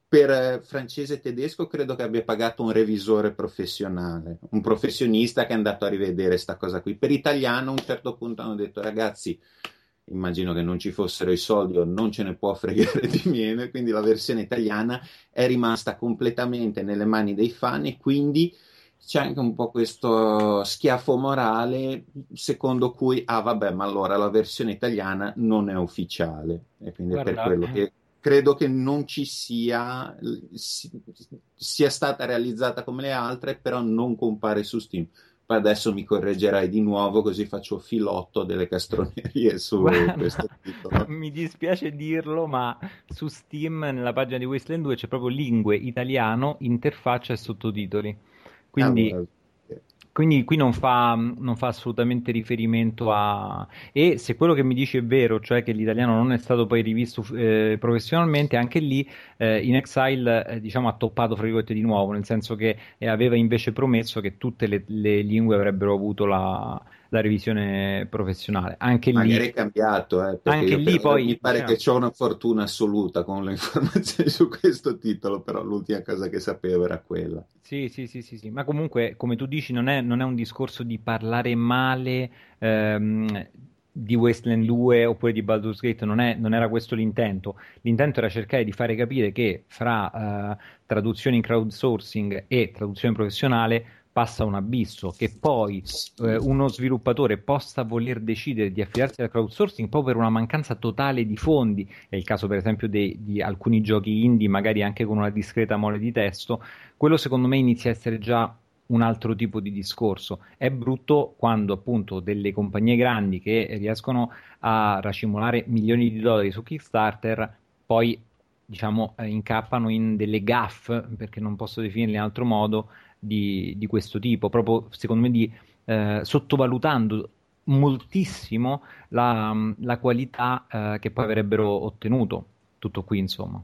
per eh, francese e tedesco credo che abbia pagato un revisore professionale, un professionista che è andato a rivedere sta cosa qui. Per italiano a un certo punto hanno detto ragazzi, immagino che non ci fossero i soldi o non ce ne può fregare di meno, e quindi la versione italiana è rimasta completamente nelle mani dei fan, e quindi c'è anche un po' questo schiaffo morale secondo cui, ah vabbè, ma allora la versione italiana non è ufficiale, e quindi è per Guarda, quello che credo che non ci sia, si- sia stata realizzata come le altre, però non compare su Steam. Poi adesso mi correggerai di nuovo, così faccio filotto delle castronerie su guarda, questo titolo. mi dispiace dirlo, ma su Steam, nella pagina di Wasteland due, c'è proprio lingue italiano, interfaccia e sottotitoli. Ah, Quindi, guarda. quindi qui non fa, non fa assolutamente riferimento a... E se quello che mi dici è vero, cioè che l'italiano non è stato poi rivisto eh, professionalmente, anche lì eh, In Exile eh, diciamo, ha toppato fra virgolette di nuovo, nel senso che eh, aveva invece promesso che tutte le, le lingue avrebbero avuto la, la revisione professionale. Anche Magari lì, è cambiato, eh, perché anche io lì per ora mi poi, pare diciamo, che ho una fortuna assoluta con le informazioni su questo titolo, però l'ultima cosa che sapevo era quella. sì, sì, sì, sì, sì, ma comunque, come tu dici, non è, non è un discorso di parlare male ehm, di Wasteland due oppure di Baldur's Gate, non è- non era questo l'intento. L'intento era cercare di fare capire che fra eh, traduzione in crowdsourcing e traduzione professionale passa un abisso, che poi eh, Sì. uno sviluppatore possa voler decidere di affidarsi al crowdsourcing proprio per una mancanza totale di fondi. È il caso, per esempio, dei- di alcuni giochi indie, magari anche con una discreta mole di testo. Quello secondo me inizia a essere già un altro tipo di discorso. È brutto quando appunto delle compagnie grandi che riescono a racimolare milioni di dollari su Kickstarter poi diciamo eh, incappano in delle gaffe, perché non posso definirle in altro modo, di, di questo tipo, proprio secondo me di eh, sottovalutando moltissimo la, la qualità eh, che poi avrebbero ottenuto. Tutto qui, insomma.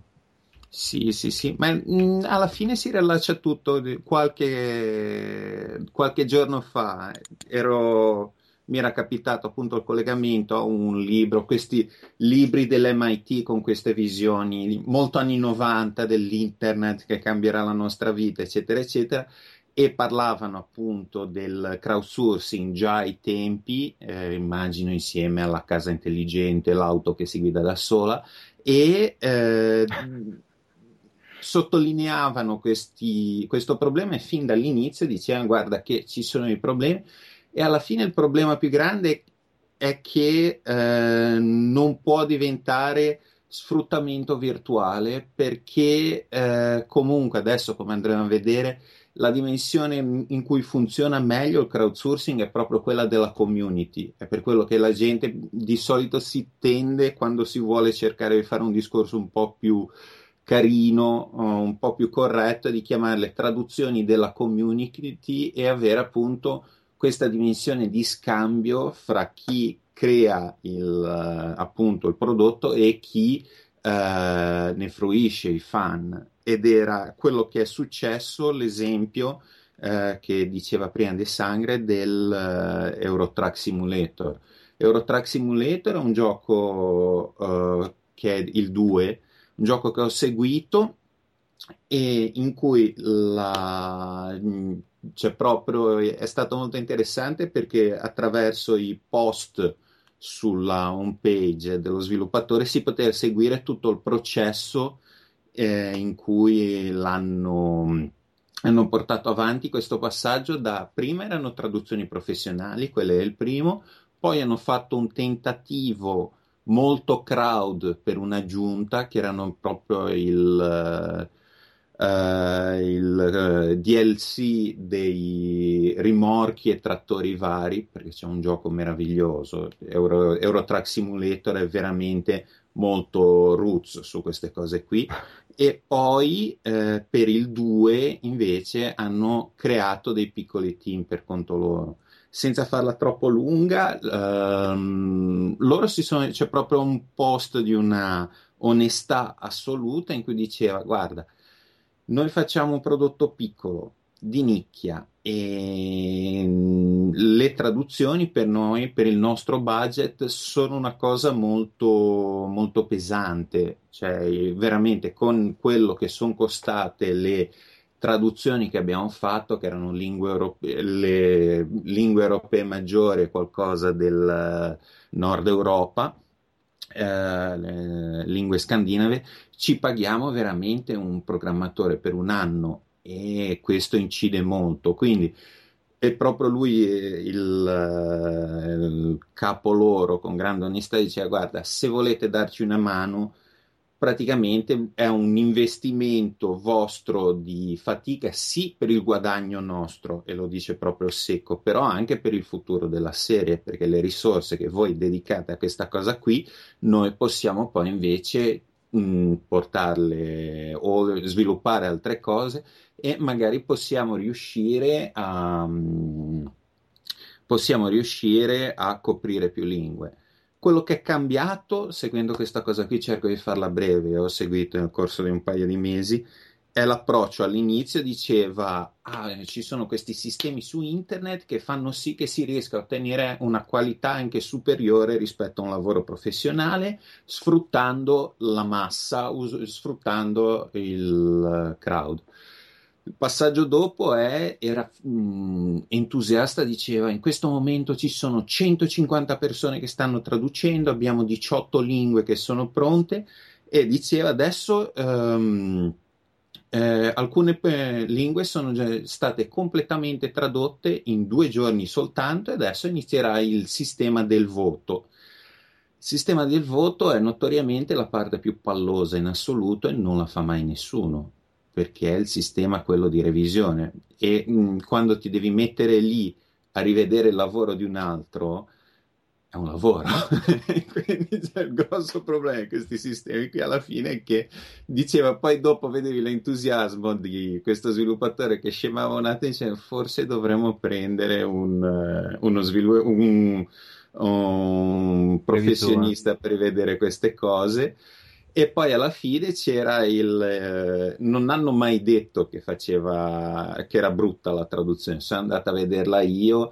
Sì, sì, sì, ma mh, alla fine si riallaccia tutto. Di- Qualche, qualche giorno fa ero, mi era capitato appunto il collegamento a un libro, questi libri dell'M I T con queste visioni molto anni novanta dell'internet che cambierà la nostra vita, eccetera, eccetera, e parlavano appunto del crowdsourcing già ai tempi, eh, immagino insieme alla casa intelligente, l'auto che si guida da sola e eh, sottolineavano questi- questo problema e fin dall'inizio dicevano guarda che ci sono i problemi e alla fine il problema più grande è che eh, non può diventare sfruttamento virtuale perché eh, comunque adesso come andremo a vedere la dimensione in cui funziona meglio il crowdsourcing è proprio quella della community, è per quello che la gente di solito si tende quando si vuole cercare di fare un discorso un po' più carino, uh, un po' più corretto, di chiamarle traduzioni della community e avere appunto questa dimensione di scambio fra chi crea il, uh, appunto il prodotto e chi uh, ne fruisce, i fan. Ed era quello che è successo, l'esempio uh, che diceva prima De Sangre del uh, Eurotrack Simulator. Eurotrack Simulator è un gioco uh, che è il due, un gioco che ho seguito e in cui la, c'è proprio, è stato molto interessante perché attraverso i post sulla home page dello sviluppatore si poteva seguire tutto il processo eh, in cui l'hanno hanno portato avanti questo passaggio. Da prima erano traduzioni professionali, quello è il primo, poi hanno fatto un tentativo molto crowd per un'aggiunta che erano proprio il, eh, il eh, D L C dei rimorchi e trattori vari, perché c'è un gioco meraviglioso. Euro, Eurotrack Simulator è veramente molto roots su queste cose qui. E poi eh, per il due invece hanno creato dei piccoli team per conto loro. Senza farla troppo lunga, ehm, loro si sono, c'è proprio un post di una onestà assoluta in cui diceva: guarda, noi facciamo un prodotto piccolo, di nicchia, e mm, le traduzioni per noi, per il nostro budget, sono una cosa molto, molto pesante, cioè veramente con quello che sono costate le traduzioni che abbiamo fatto, che erano lingue europee, le lingue europee maggiori, qualcosa del nord Europa, eh, le lingue scandinave, ci paghiamo veramente un programmatore per un anno e questo incide molto, quindi è proprio lui il, il capo loro, con grande onestà, diceva: guarda, se volete darci una mano, praticamente è un investimento vostro di fatica, sì, per il guadagno nostro, e lo dice proprio secco, però anche per il futuro della serie, perché le risorse che voi dedicate a questa cosa qui, noi possiamo poi invece mh, portarle o sviluppare altre cose, e magari possiamo riuscire a, mh, possiamo riuscire a coprire più lingue. Quello che è cambiato, seguendo questa cosa qui, cerco di farla breve, ho seguito nel corso di un paio di mesi, è l'approccio. All'inizio diceva: ah, ci sono questi sistemi su internet che fanno sì che si riesca a ottenere una qualità anche superiore rispetto a un lavoro professionale, sfruttando la massa, us- sfruttando il crowd. Il passaggio dopo è, era mh, entusiasta, diceva: in questo momento ci sono centocinquanta persone che stanno traducendo, abbiamo diciotto lingue che sono pronte, e diceva adesso ehm, eh, alcune eh, lingue sono già state completamente tradotte in due giorni soltanto, e adesso inizierà il sistema del voto. Il sistema del voto è notoriamente la parte più pallosa in assoluto e non la fa mai nessuno, perché è il sistema quello di revisione, e mh, quando ti devi mettere lì a rivedere il lavoro di un altro, è un lavoro. Quindi c'è il grosso problema di questi sistemi qui alla fine, è che diceva, poi dopo vedevi l'entusiasmo di questo sviluppatore che scemava un attimo e diceva: forse dovremmo prendere un, uh, uno svilu- un, un professionista per rivedere queste cose. E poi alla fine c'era il eh, non hanno mai detto che faceva che era brutta la traduzione, sono andata a vederla io,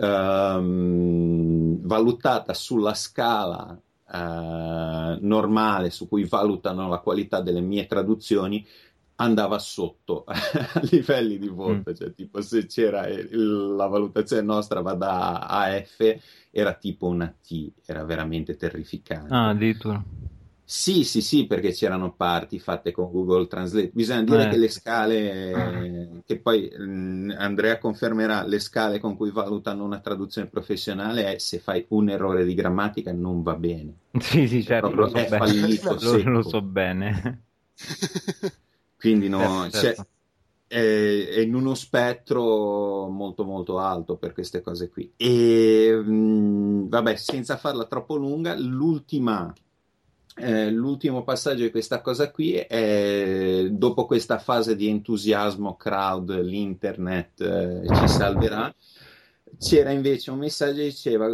ehm, valutata sulla scala eh, normale su cui valutano la qualità delle mie traduzioni, andava sotto a livelli di voto, mm. Cioè tipo se c'era il, la valutazione nostra va da A F, era tipo una T, era veramente terrificante. Ah, addirittura. Sì, sì, sì, perché c'erano parti fatte con Google Translate. Bisogna dire eh. che le scale, eh, che poi mh, Andrea confermerà, le scale con cui valutano una traduzione professionale è: se fai un errore di grammatica non va bene. Sì, sì, certo, proprio lo so è bene. fallito, lo, lo so bene. Quindi no, certo, certo. Cioè, è, è in uno spettro molto molto alto per queste cose qui. E mh, vabbè, senza farla troppo lunga, l'ultima Eh, l'ultimo passaggio di questa cosa qui è: dopo questa fase di entusiasmo crowd, l'internet eh, ci salverà, c'era invece un messaggio che diceva: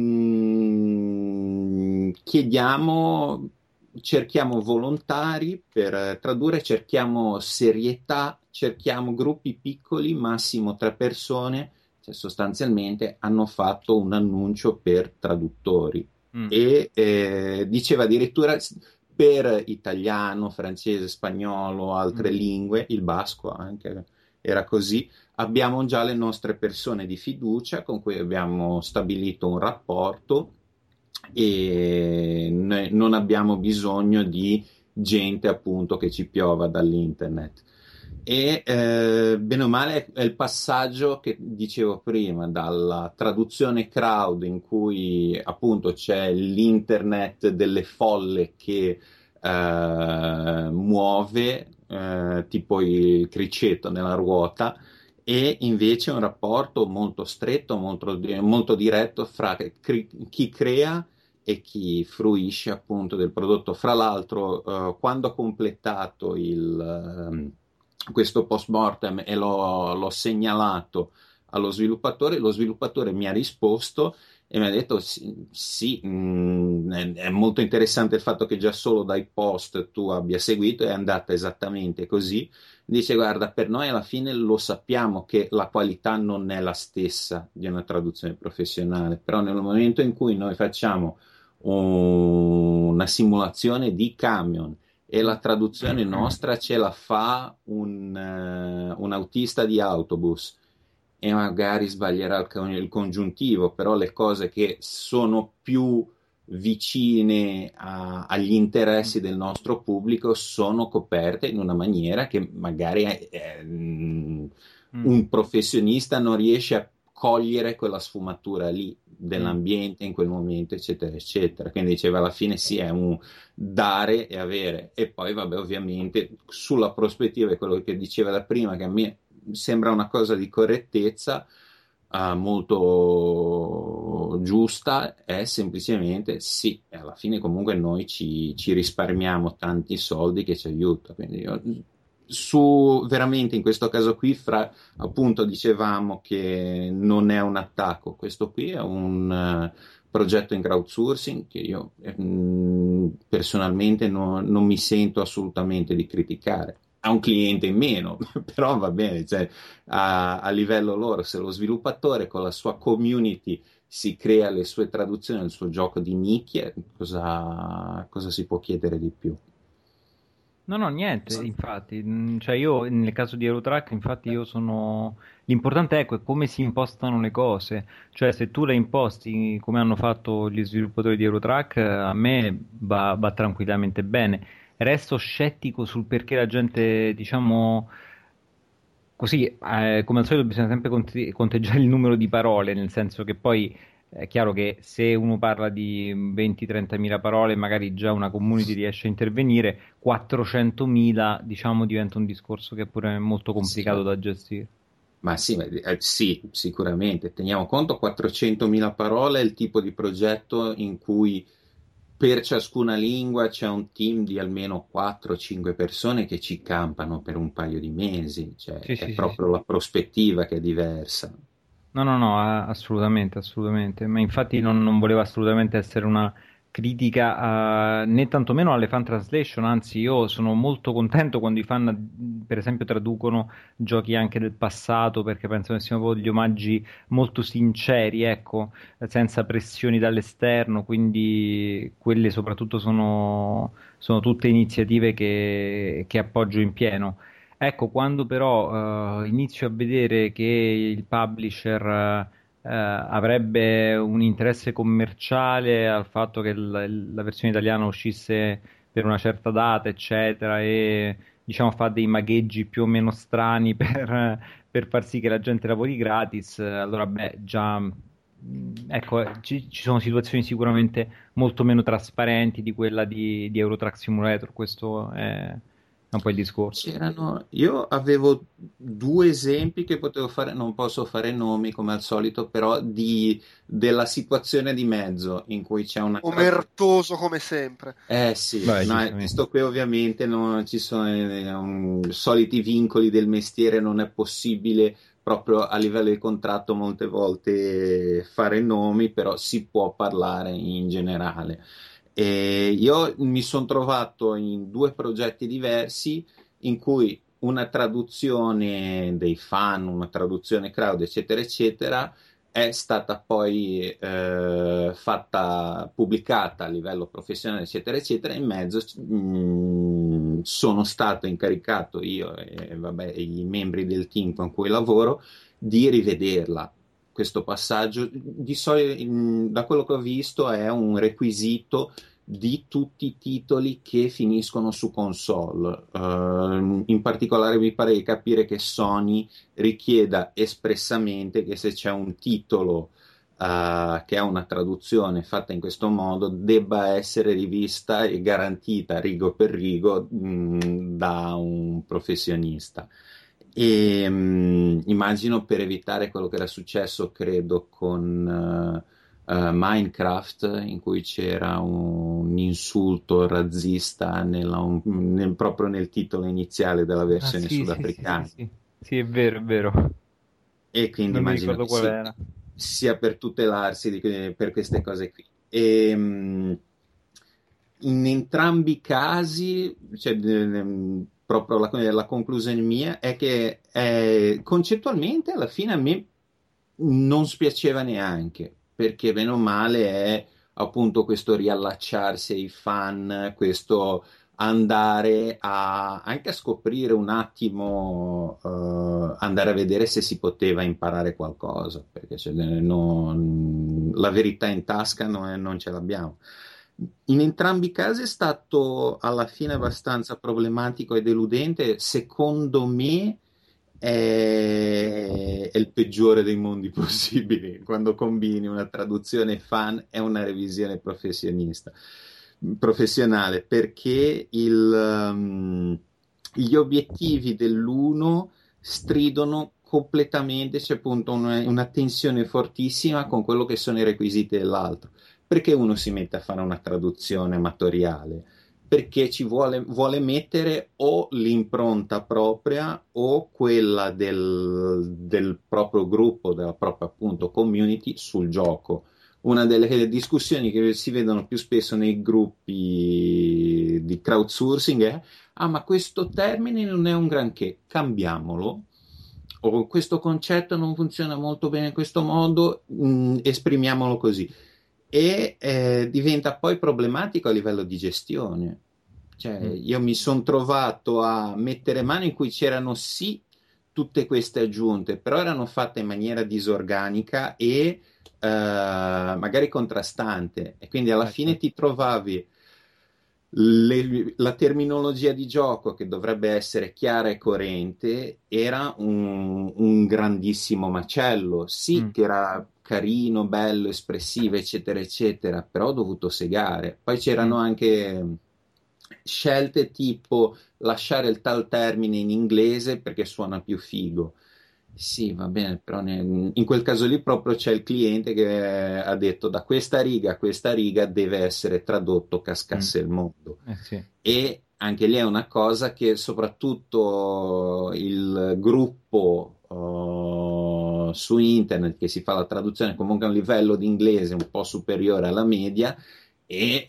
mm, chiediamo, cerchiamo volontari per tradurre, cerchiamo serietà, cerchiamo gruppi piccoli, massimo tre persone. Cioè, sostanzialmente hanno fatto un annuncio per traduttori. Mm. E eh, diceva addirittura per italiano, francese, spagnolo, altre mm. lingue, il basco anche era così. Abbiamo già le nostre persone di fiducia con cui abbiamo stabilito un rapporto, e ne, non abbiamo bisogno di gente appunto che ci piova dall'internet. E eh, bene o male è il passaggio che dicevo prima, dalla traduzione crowd, in cui appunto c'è l'internet delle folle che eh, muove eh, tipo il criceto nella ruota, e invece un rapporto molto stretto, molto, molto diretto fra chi crea e chi fruisce appunto del prodotto. Fra l'altro eh, quando ho completato il... Eh, questo post mortem e l'ho, l'ho segnalato allo sviluppatore, lo sviluppatore mi ha risposto e mi ha detto sì, sì mh, è, è molto interessante il fatto che già solo dai post tu abbia seguito, è andata esattamente così. Dice guarda, per noi alla fine lo sappiamo che la qualità non è la stessa di una traduzione professionale, però nel momento in cui noi facciamo un, una simulazione di camion e la traduzione nostra ce la fa un, uh, un autista di autobus e magari sbaglierà il, con- il congiuntivo, però le cose che sono più vicine a- agli interessi del nostro pubblico sono coperte in una maniera che magari è- è, mm, Mm. un professionista non riesce a cogliere quella sfumatura lì dell'ambiente in quel momento, eccetera, eccetera. Quindi diceva alla fine sì, è un dare e avere. E poi, vabbè, ovviamente sulla prospettiva è quello che diceva da prima, che a me sembra una cosa di correttezza uh, molto giusta, è semplicemente sì, alla fine comunque noi ci, ci risparmiamo tanti soldi che ci aiuta. Quindi io, su veramente in questo caso qui, fra appunto dicevamo che non è un attacco, questo qui è un uh, progetto in crowdsourcing che io mh, personalmente no, non mi sento assolutamente di criticare. Ha un cliente in meno, però va bene, cioè, a, a livello loro, se lo sviluppatore con la sua community si crea le sue traduzioni, il suo gioco di nicchie, cosa, cosa si può chiedere di più? No, no, niente, infatti, mm, cioè io nel caso di Eurotrack, infatti io sono... L'importante ecco, è come si impostano le cose, cioè se tu le imposti come hanno fatto gli sviluppatori di Eurotrack, eh, a me va, va tranquillamente bene. Resto scettico sul perché la gente, diciamo, così, eh, come al solito bisogna sempre conte- conteggiare il numero di parole, nel senso che poi è chiaro che se uno parla di venti trentamila parole, magari già una community riesce a intervenire, quattrocentomila, diciamo, diventa un discorso che è pure molto complicato Sì. da gestire. Ma sì, ma- eh, sì, sicuramente. Teniamo conto, quattrocentomila parole è il tipo di progetto in cui per ciascuna lingua c'è un team di almeno quattro cinque persone che ci campano per un paio di mesi, cioè Sì, è sì, sì, proprio sì. la prospettiva che è diversa. No, no, no, a- assolutamente, assolutamente. Ma infatti non, non voleva assolutamente essere una critica a- né tantomeno alle fan translation, anzi io sono molto contento quando i fan, per esempio, traducono giochi anche del passato, perché penso che siano proprio degli omaggi molto sinceri, ecco, senza pressioni dall'esterno, quindi quelle soprattutto sono, sono tutte iniziative che, che appoggio in pieno. Ecco, quando però eh, inizio a vedere che il publisher eh, eh, avrebbe un interesse commerciale al fatto che il- la versione italiana uscisse per una certa data, eccetera, e diciamo fa dei magheggi più o meno strani per, per far sì che la gente lavori gratis, eh, allora beh, già mh, ecco, eh, ci, ci sono situazioni sicuramente molto meno trasparenti di quella di, di Eurotrack Simulator, questo è è un po' il discorso. C'erano, io avevo due esempi che potevo fare, non posso fare nomi come al solito, però di, della situazione di mezzo in cui c'è una traduzione. Omertoso come sempre. Eh sì, Beh, no, giustamente. questo qui ovviamente non ci sono eh, un- soliti vincoli del mestiere, non è possibile proprio a livello di contratto molte volte fare nomi, però si può parlare in generale. E io mi sono trovato in due progetti diversi in cui una traduzione dei fan, una traduzione crowd, eccetera, eccetera, è stata poi eh, fatta, pubblicata a livello professionale, eccetera, eccetera. In mezzo mh, sono stato incaricato io e vabbè, i membri del team con cui lavoro di rivederla. Questo passaggio, di solito, mh, da quello che ho visto, è un requisito di tutti i titoli che finiscono su console. Uh, in particolare mi pare di capire che Sony richieda espressamente che se c'è un titolo uh, che ha una traduzione fatta in questo modo debba essere rivista e garantita rigo per rigo mh, da un professionista. E mh, immagino per evitare quello che era successo, credo, con uh, Uh, Minecraft, in cui c'era un insulto razzista nella, un, nel, proprio nel titolo iniziale della Ah, versione sì, sì, sì, sì, sudafricana. sì. Sì, è vero, è vero. e quindi Non mi immagino ricordo che qual sia, era. sia per tutelarsi di que- per queste cose qui. E, mh, in entrambi i casi, cioè, ehm, proprio la, la conclusione mia è che eh, concettualmente alla fine a me non spiaceva neanche, perché bene o male è appunto questo riallacciarsi ai fan, questo andare a, anche a scoprire un attimo, eh, andare a vedere se si poteva imparare qualcosa, perché cioè, non- la verità in tasca non, non ce l'abbiamo. In entrambi i casi è stato alla fine abbastanza problematico e deludente. Secondo me è, è il peggiore dei mondi possibili quando combini una traduzione fan e una revisione professionista, professionale, perché il, um, gli obiettivi dell'uno stridono completamente, c'è appunto una, una tensione fortissima con quello che sono i requisiti dell'altro. Perché uno si mette a fare una traduzione amatoriale? Perché ci vuole, vuole mettere o l'impronta propria o quella del, del proprio gruppo, della propria appunto community sul gioco. Una delle discussioni che si vedono più spesso nei gruppi di crowdsourcing è: ah, ma questo termine non è un granché, cambiamolo. O questo concetto non funziona molto bene in questo modo, mh, esprimiamolo così. E eh, diventa poi problematico a livello di gestione. Cioè, Mm. io mi sono trovato a mettere mano in cui c'erano sì tutte queste aggiunte, però erano fatte in maniera disorganica e eh, magari contrastante, e quindi alla Eh, fine certo. ti trovavi le- la terminologia di gioco, che dovrebbe essere chiara e coerente, era un, un grandissimo macello. Sì, Mm. che era carino, bello, espressivo, eccetera, eccetera, però ho dovuto segare. Poi c'erano Mm. anche scelte tipo lasciare il tal termine in inglese perché suona più figo. Sì, va bene, però ne- in quel caso lì proprio c'è il cliente che ha detto: da questa riga a questa riga deve essere tradotto, Mm. cascasse il mondo. Eh sì. E anche lì è una cosa che soprattutto il gruppo eh, su internet che si fa la traduzione comunque a un livello di inglese un po' superiore alla media, e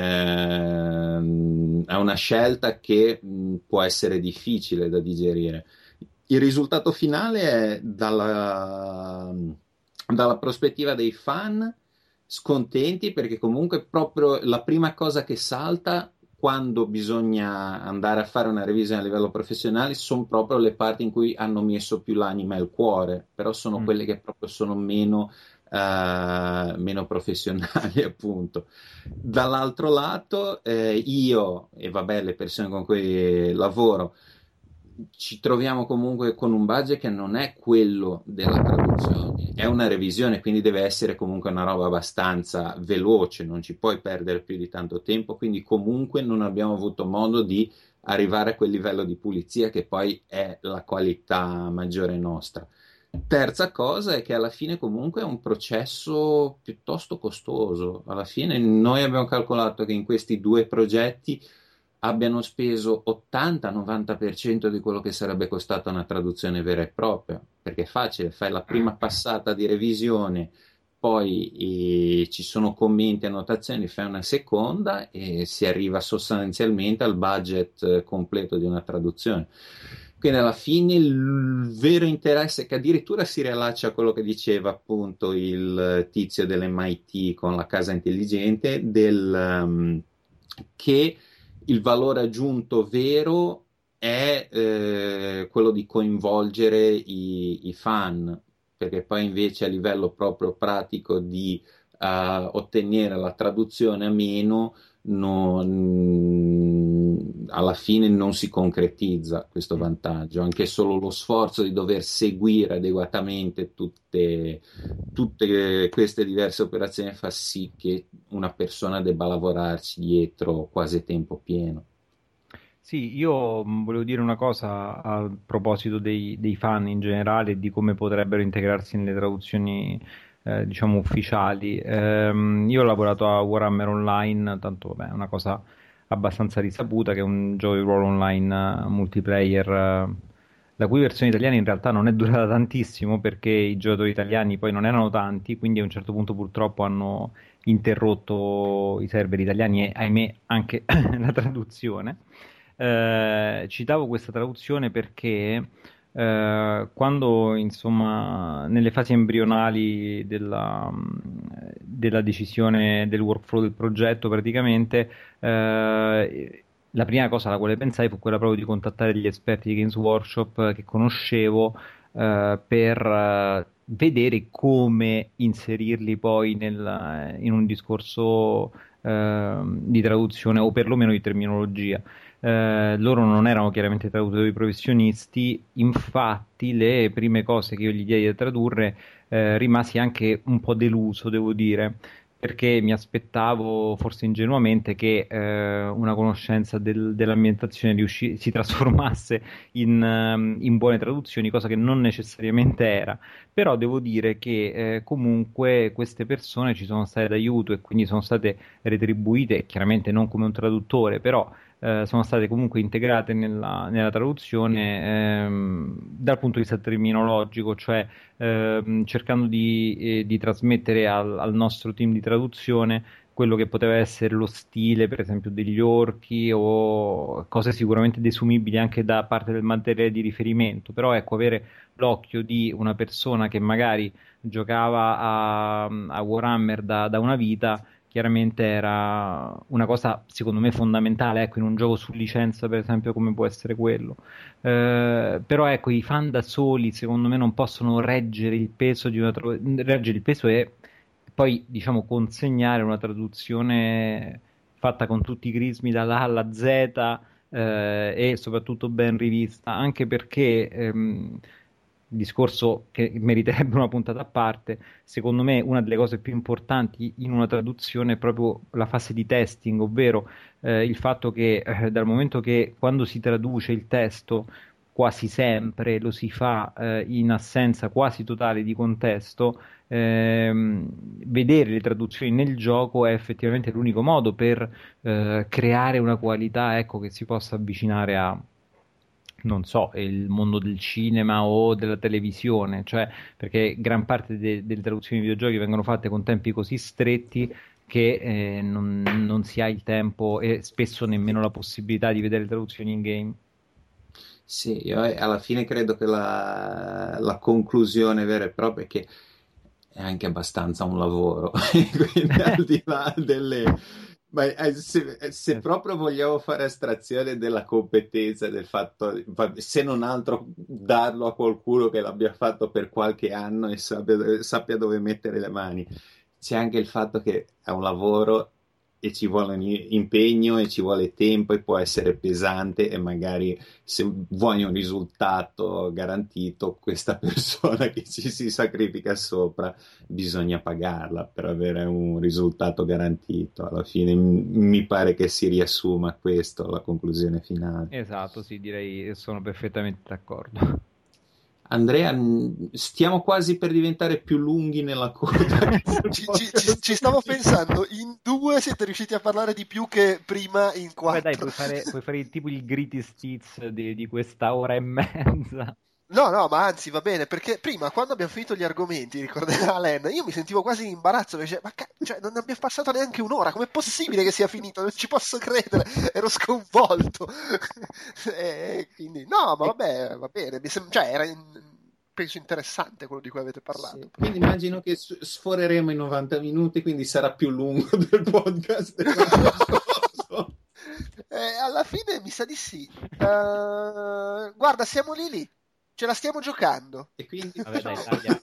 ehm, è una scelta che mh, può essere difficile da digerire. Il risultato finale è dalla, dalla prospettiva dei fan scontenti, perché comunque proprio la prima cosa che salta quando bisogna andare a fare una revisione a livello professionale sono proprio le parti in cui hanno messo più l'anima e il cuore, però sono Mm. quelle che proprio sono meno, eh, meno professionali, appunto. Dall'altro lato, eh, io e vabbè, le persone con cui lavoro ci troviamo comunque con un budget che non è quello della traduzione, è una revisione, quindi deve essere comunque una roba abbastanza veloce, non ci puoi perdere più di tanto tempo, quindi comunque non abbiamo avuto modo di arrivare a quel livello di pulizia che poi è la qualità maggiore nostra. Terza cosa è che alla fine comunque è un processo piuttosto costoso. Alla fine noi abbiamo calcolato che in questi due progetti abbiano speso ottanta-novanta per cento di quello che sarebbe costata una traduzione vera e propria, perché è facile, fai la prima passata di revisione, poi eh, ci sono commenti e annotazioni, fai una seconda e si arriva sostanzialmente al budget eh, completo di una traduzione. Quindi alla fine il vero interesse, che addirittura si riallaccia a quello che diceva appunto il tizio dell'M I T con la casa intelligente, del, um, che il valore aggiunto vero è eh, quello di coinvolgere i, i fan, perché poi invece a livello proprio pratico di uh, ottenere la traduzione a meno, non, alla fine non si concretizza questo vantaggio. Anche solo lo sforzo di dover seguire adeguatamente tutte, tutte queste diverse operazioni fa sì che una persona debba lavorarci dietro quasi a tempo pieno. Sì, io mh, volevo dire una cosa a proposito dei, dei fan in generale e di come potrebbero integrarsi nelle traduzioni, eh, diciamo, ufficiali. Ehm, io ho lavorato a Warhammer Online, tanto vabbè, è una cosa abbastanza risaputa, che è un gioco di ruolo online eh, multiplayer la cui versione italiana in realtà non è durata tantissimo perché i giocatori italiani poi non erano tanti, quindi a un certo punto purtroppo hanno interrotto i server italiani e ahimè anche la traduzione. Eh, citavo questa traduzione perché eh, quando insomma nelle fasi embrionali della, della decisione del workflow del progetto praticamente eh, la prima cosa alla quale pensai fu quella proprio di contattare gli esperti di Games Workshop che conoscevo eh, per eh, vedere come inserirli poi nel, in un discorso eh, di traduzione o perlomeno di terminologia. Eh, loro non erano chiaramente traduttori professionisti, infatti le prime cose che io gli diedi da tradurre eh, rimasi anche un po' deluso, devo dire, perché mi aspettavo forse ingenuamente che eh, una conoscenza del- dell'ambientazione riusci- si trasformasse in, ehm, in buone traduzioni, cosa che non necessariamente era. Però devo dire che eh, comunque queste persone ci sono state d'aiuto e quindi sono state retribuite, chiaramente non come un traduttore, però eh, sono state comunque integrate nella, nella traduzione ehm, dal punto di vista terminologico, cioè ehm, cercando di, eh, di trasmettere al, al nostro team di traduzione quello che poteva essere lo stile, per esempio, degli orchi o cose sicuramente desumibili anche da parte del materiale di riferimento, però ecco, avere l'occhio di una persona che magari giocava a, a Warhammer da, da una vita chiaramente era una cosa secondo me fondamentale, ecco, in un gioco su licenza per esempio come può essere quello. Eh, però ecco, i fan da soli secondo me non possono reggere il peso di una tra- reggere il peso e poi diciamo consegnare una traduzione fatta con tutti i crismi dalla A alla Z eh, e soprattutto ben rivista, anche perché ehm, discorso che meriterebbe una puntata a parte, secondo me una delle cose più importanti in una traduzione è proprio la fase di testing, ovvero eh, il fatto che eh, dal momento che quando si traduce il testo quasi sempre lo si fa eh, in assenza quasi totale di contesto, ehm, vedere le traduzioni nel gioco è effettivamente l'unico modo per eh, creare una qualità, ecco, che si possa avvicinare a non so, il mondo del cinema o della televisione, cioè perché gran parte de- delle traduzioni di videogiochi vengono fatte con tempi così stretti che eh, non, non si ha il tempo e spesso nemmeno la possibilità di vedere le traduzioni in game. Sì, io eh, alla fine credo che la, la conclusione vera e propria è che è anche abbastanza un lavoro, quindi al di là delle... Ma eh, se, eh, se proprio vogliamo fare astrazione della competenza, del fatto, va- se non altro darlo a qualcuno che l'abbia fatto per qualche anno e sappia, sappia dove mettere le mani, c'è anche il fatto che è un lavoro e ci vuole un impegno e ci vuole tempo e può essere pesante e magari se vuoi un risultato garantito, questa persona che ci si sacrifica sopra bisogna pagarla per avere un risultato garantito. Alla fine m- mi pare che si riassuma a questo la conclusione finale. Esatto, sì, direi sono perfettamente d'accordo. Andrea, mh, stiamo quasi per diventare più lunghi nella coda. Ci, ci- ci- ci stavo pensando, in due siete riusciti a parlare di più che prima in Beh, quattro. dai, puoi fare, puoi fare tipo il greatest hits di, di questa ora e mezza. No, no, ma anzi va bene, perché prima quando abbiamo finito gli argomenti, ricorderà Len, io mi sentivo quasi in imbarazzo, perché ma ca- cioè, non abbiamo passato neanche un'ora, com'è possibile che sia finito? Non ci posso credere, ero sconvolto. E quindi, no, ma vabbè, va bene, mi sem- cioè, era in- penso interessante quello di cui avete parlato. Sì, quindi immagino che s- sforeremo i novanta minuti, quindi sarà più lungo del podcast dell'anno scorso. Eh, alla fine mi sa di sì. Eh, guarda, siamo lì lì, ce la stiamo giocando. E quindi Vabbè, dai, taglia.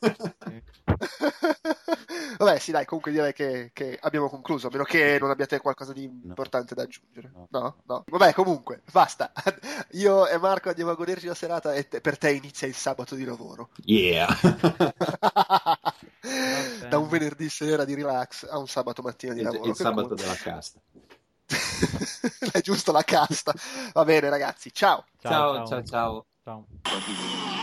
Vabbè, sì, dai, comunque direi che, che abbiamo concluso, a meno che non abbiate qualcosa di importante da aggiungere. No. No? No? Vabbè, comunque, basta. Io e Marco andiamo a goderci la serata e te- per te inizia il sabato di lavoro. Yeah. Da un venerdì sera di relax a un sabato mattina di il, lavoro. il che sabato conta. della casta. È giusto la casta. Va bene, ragazzi, ciao. Ciao, ciao, ciao. Ciao.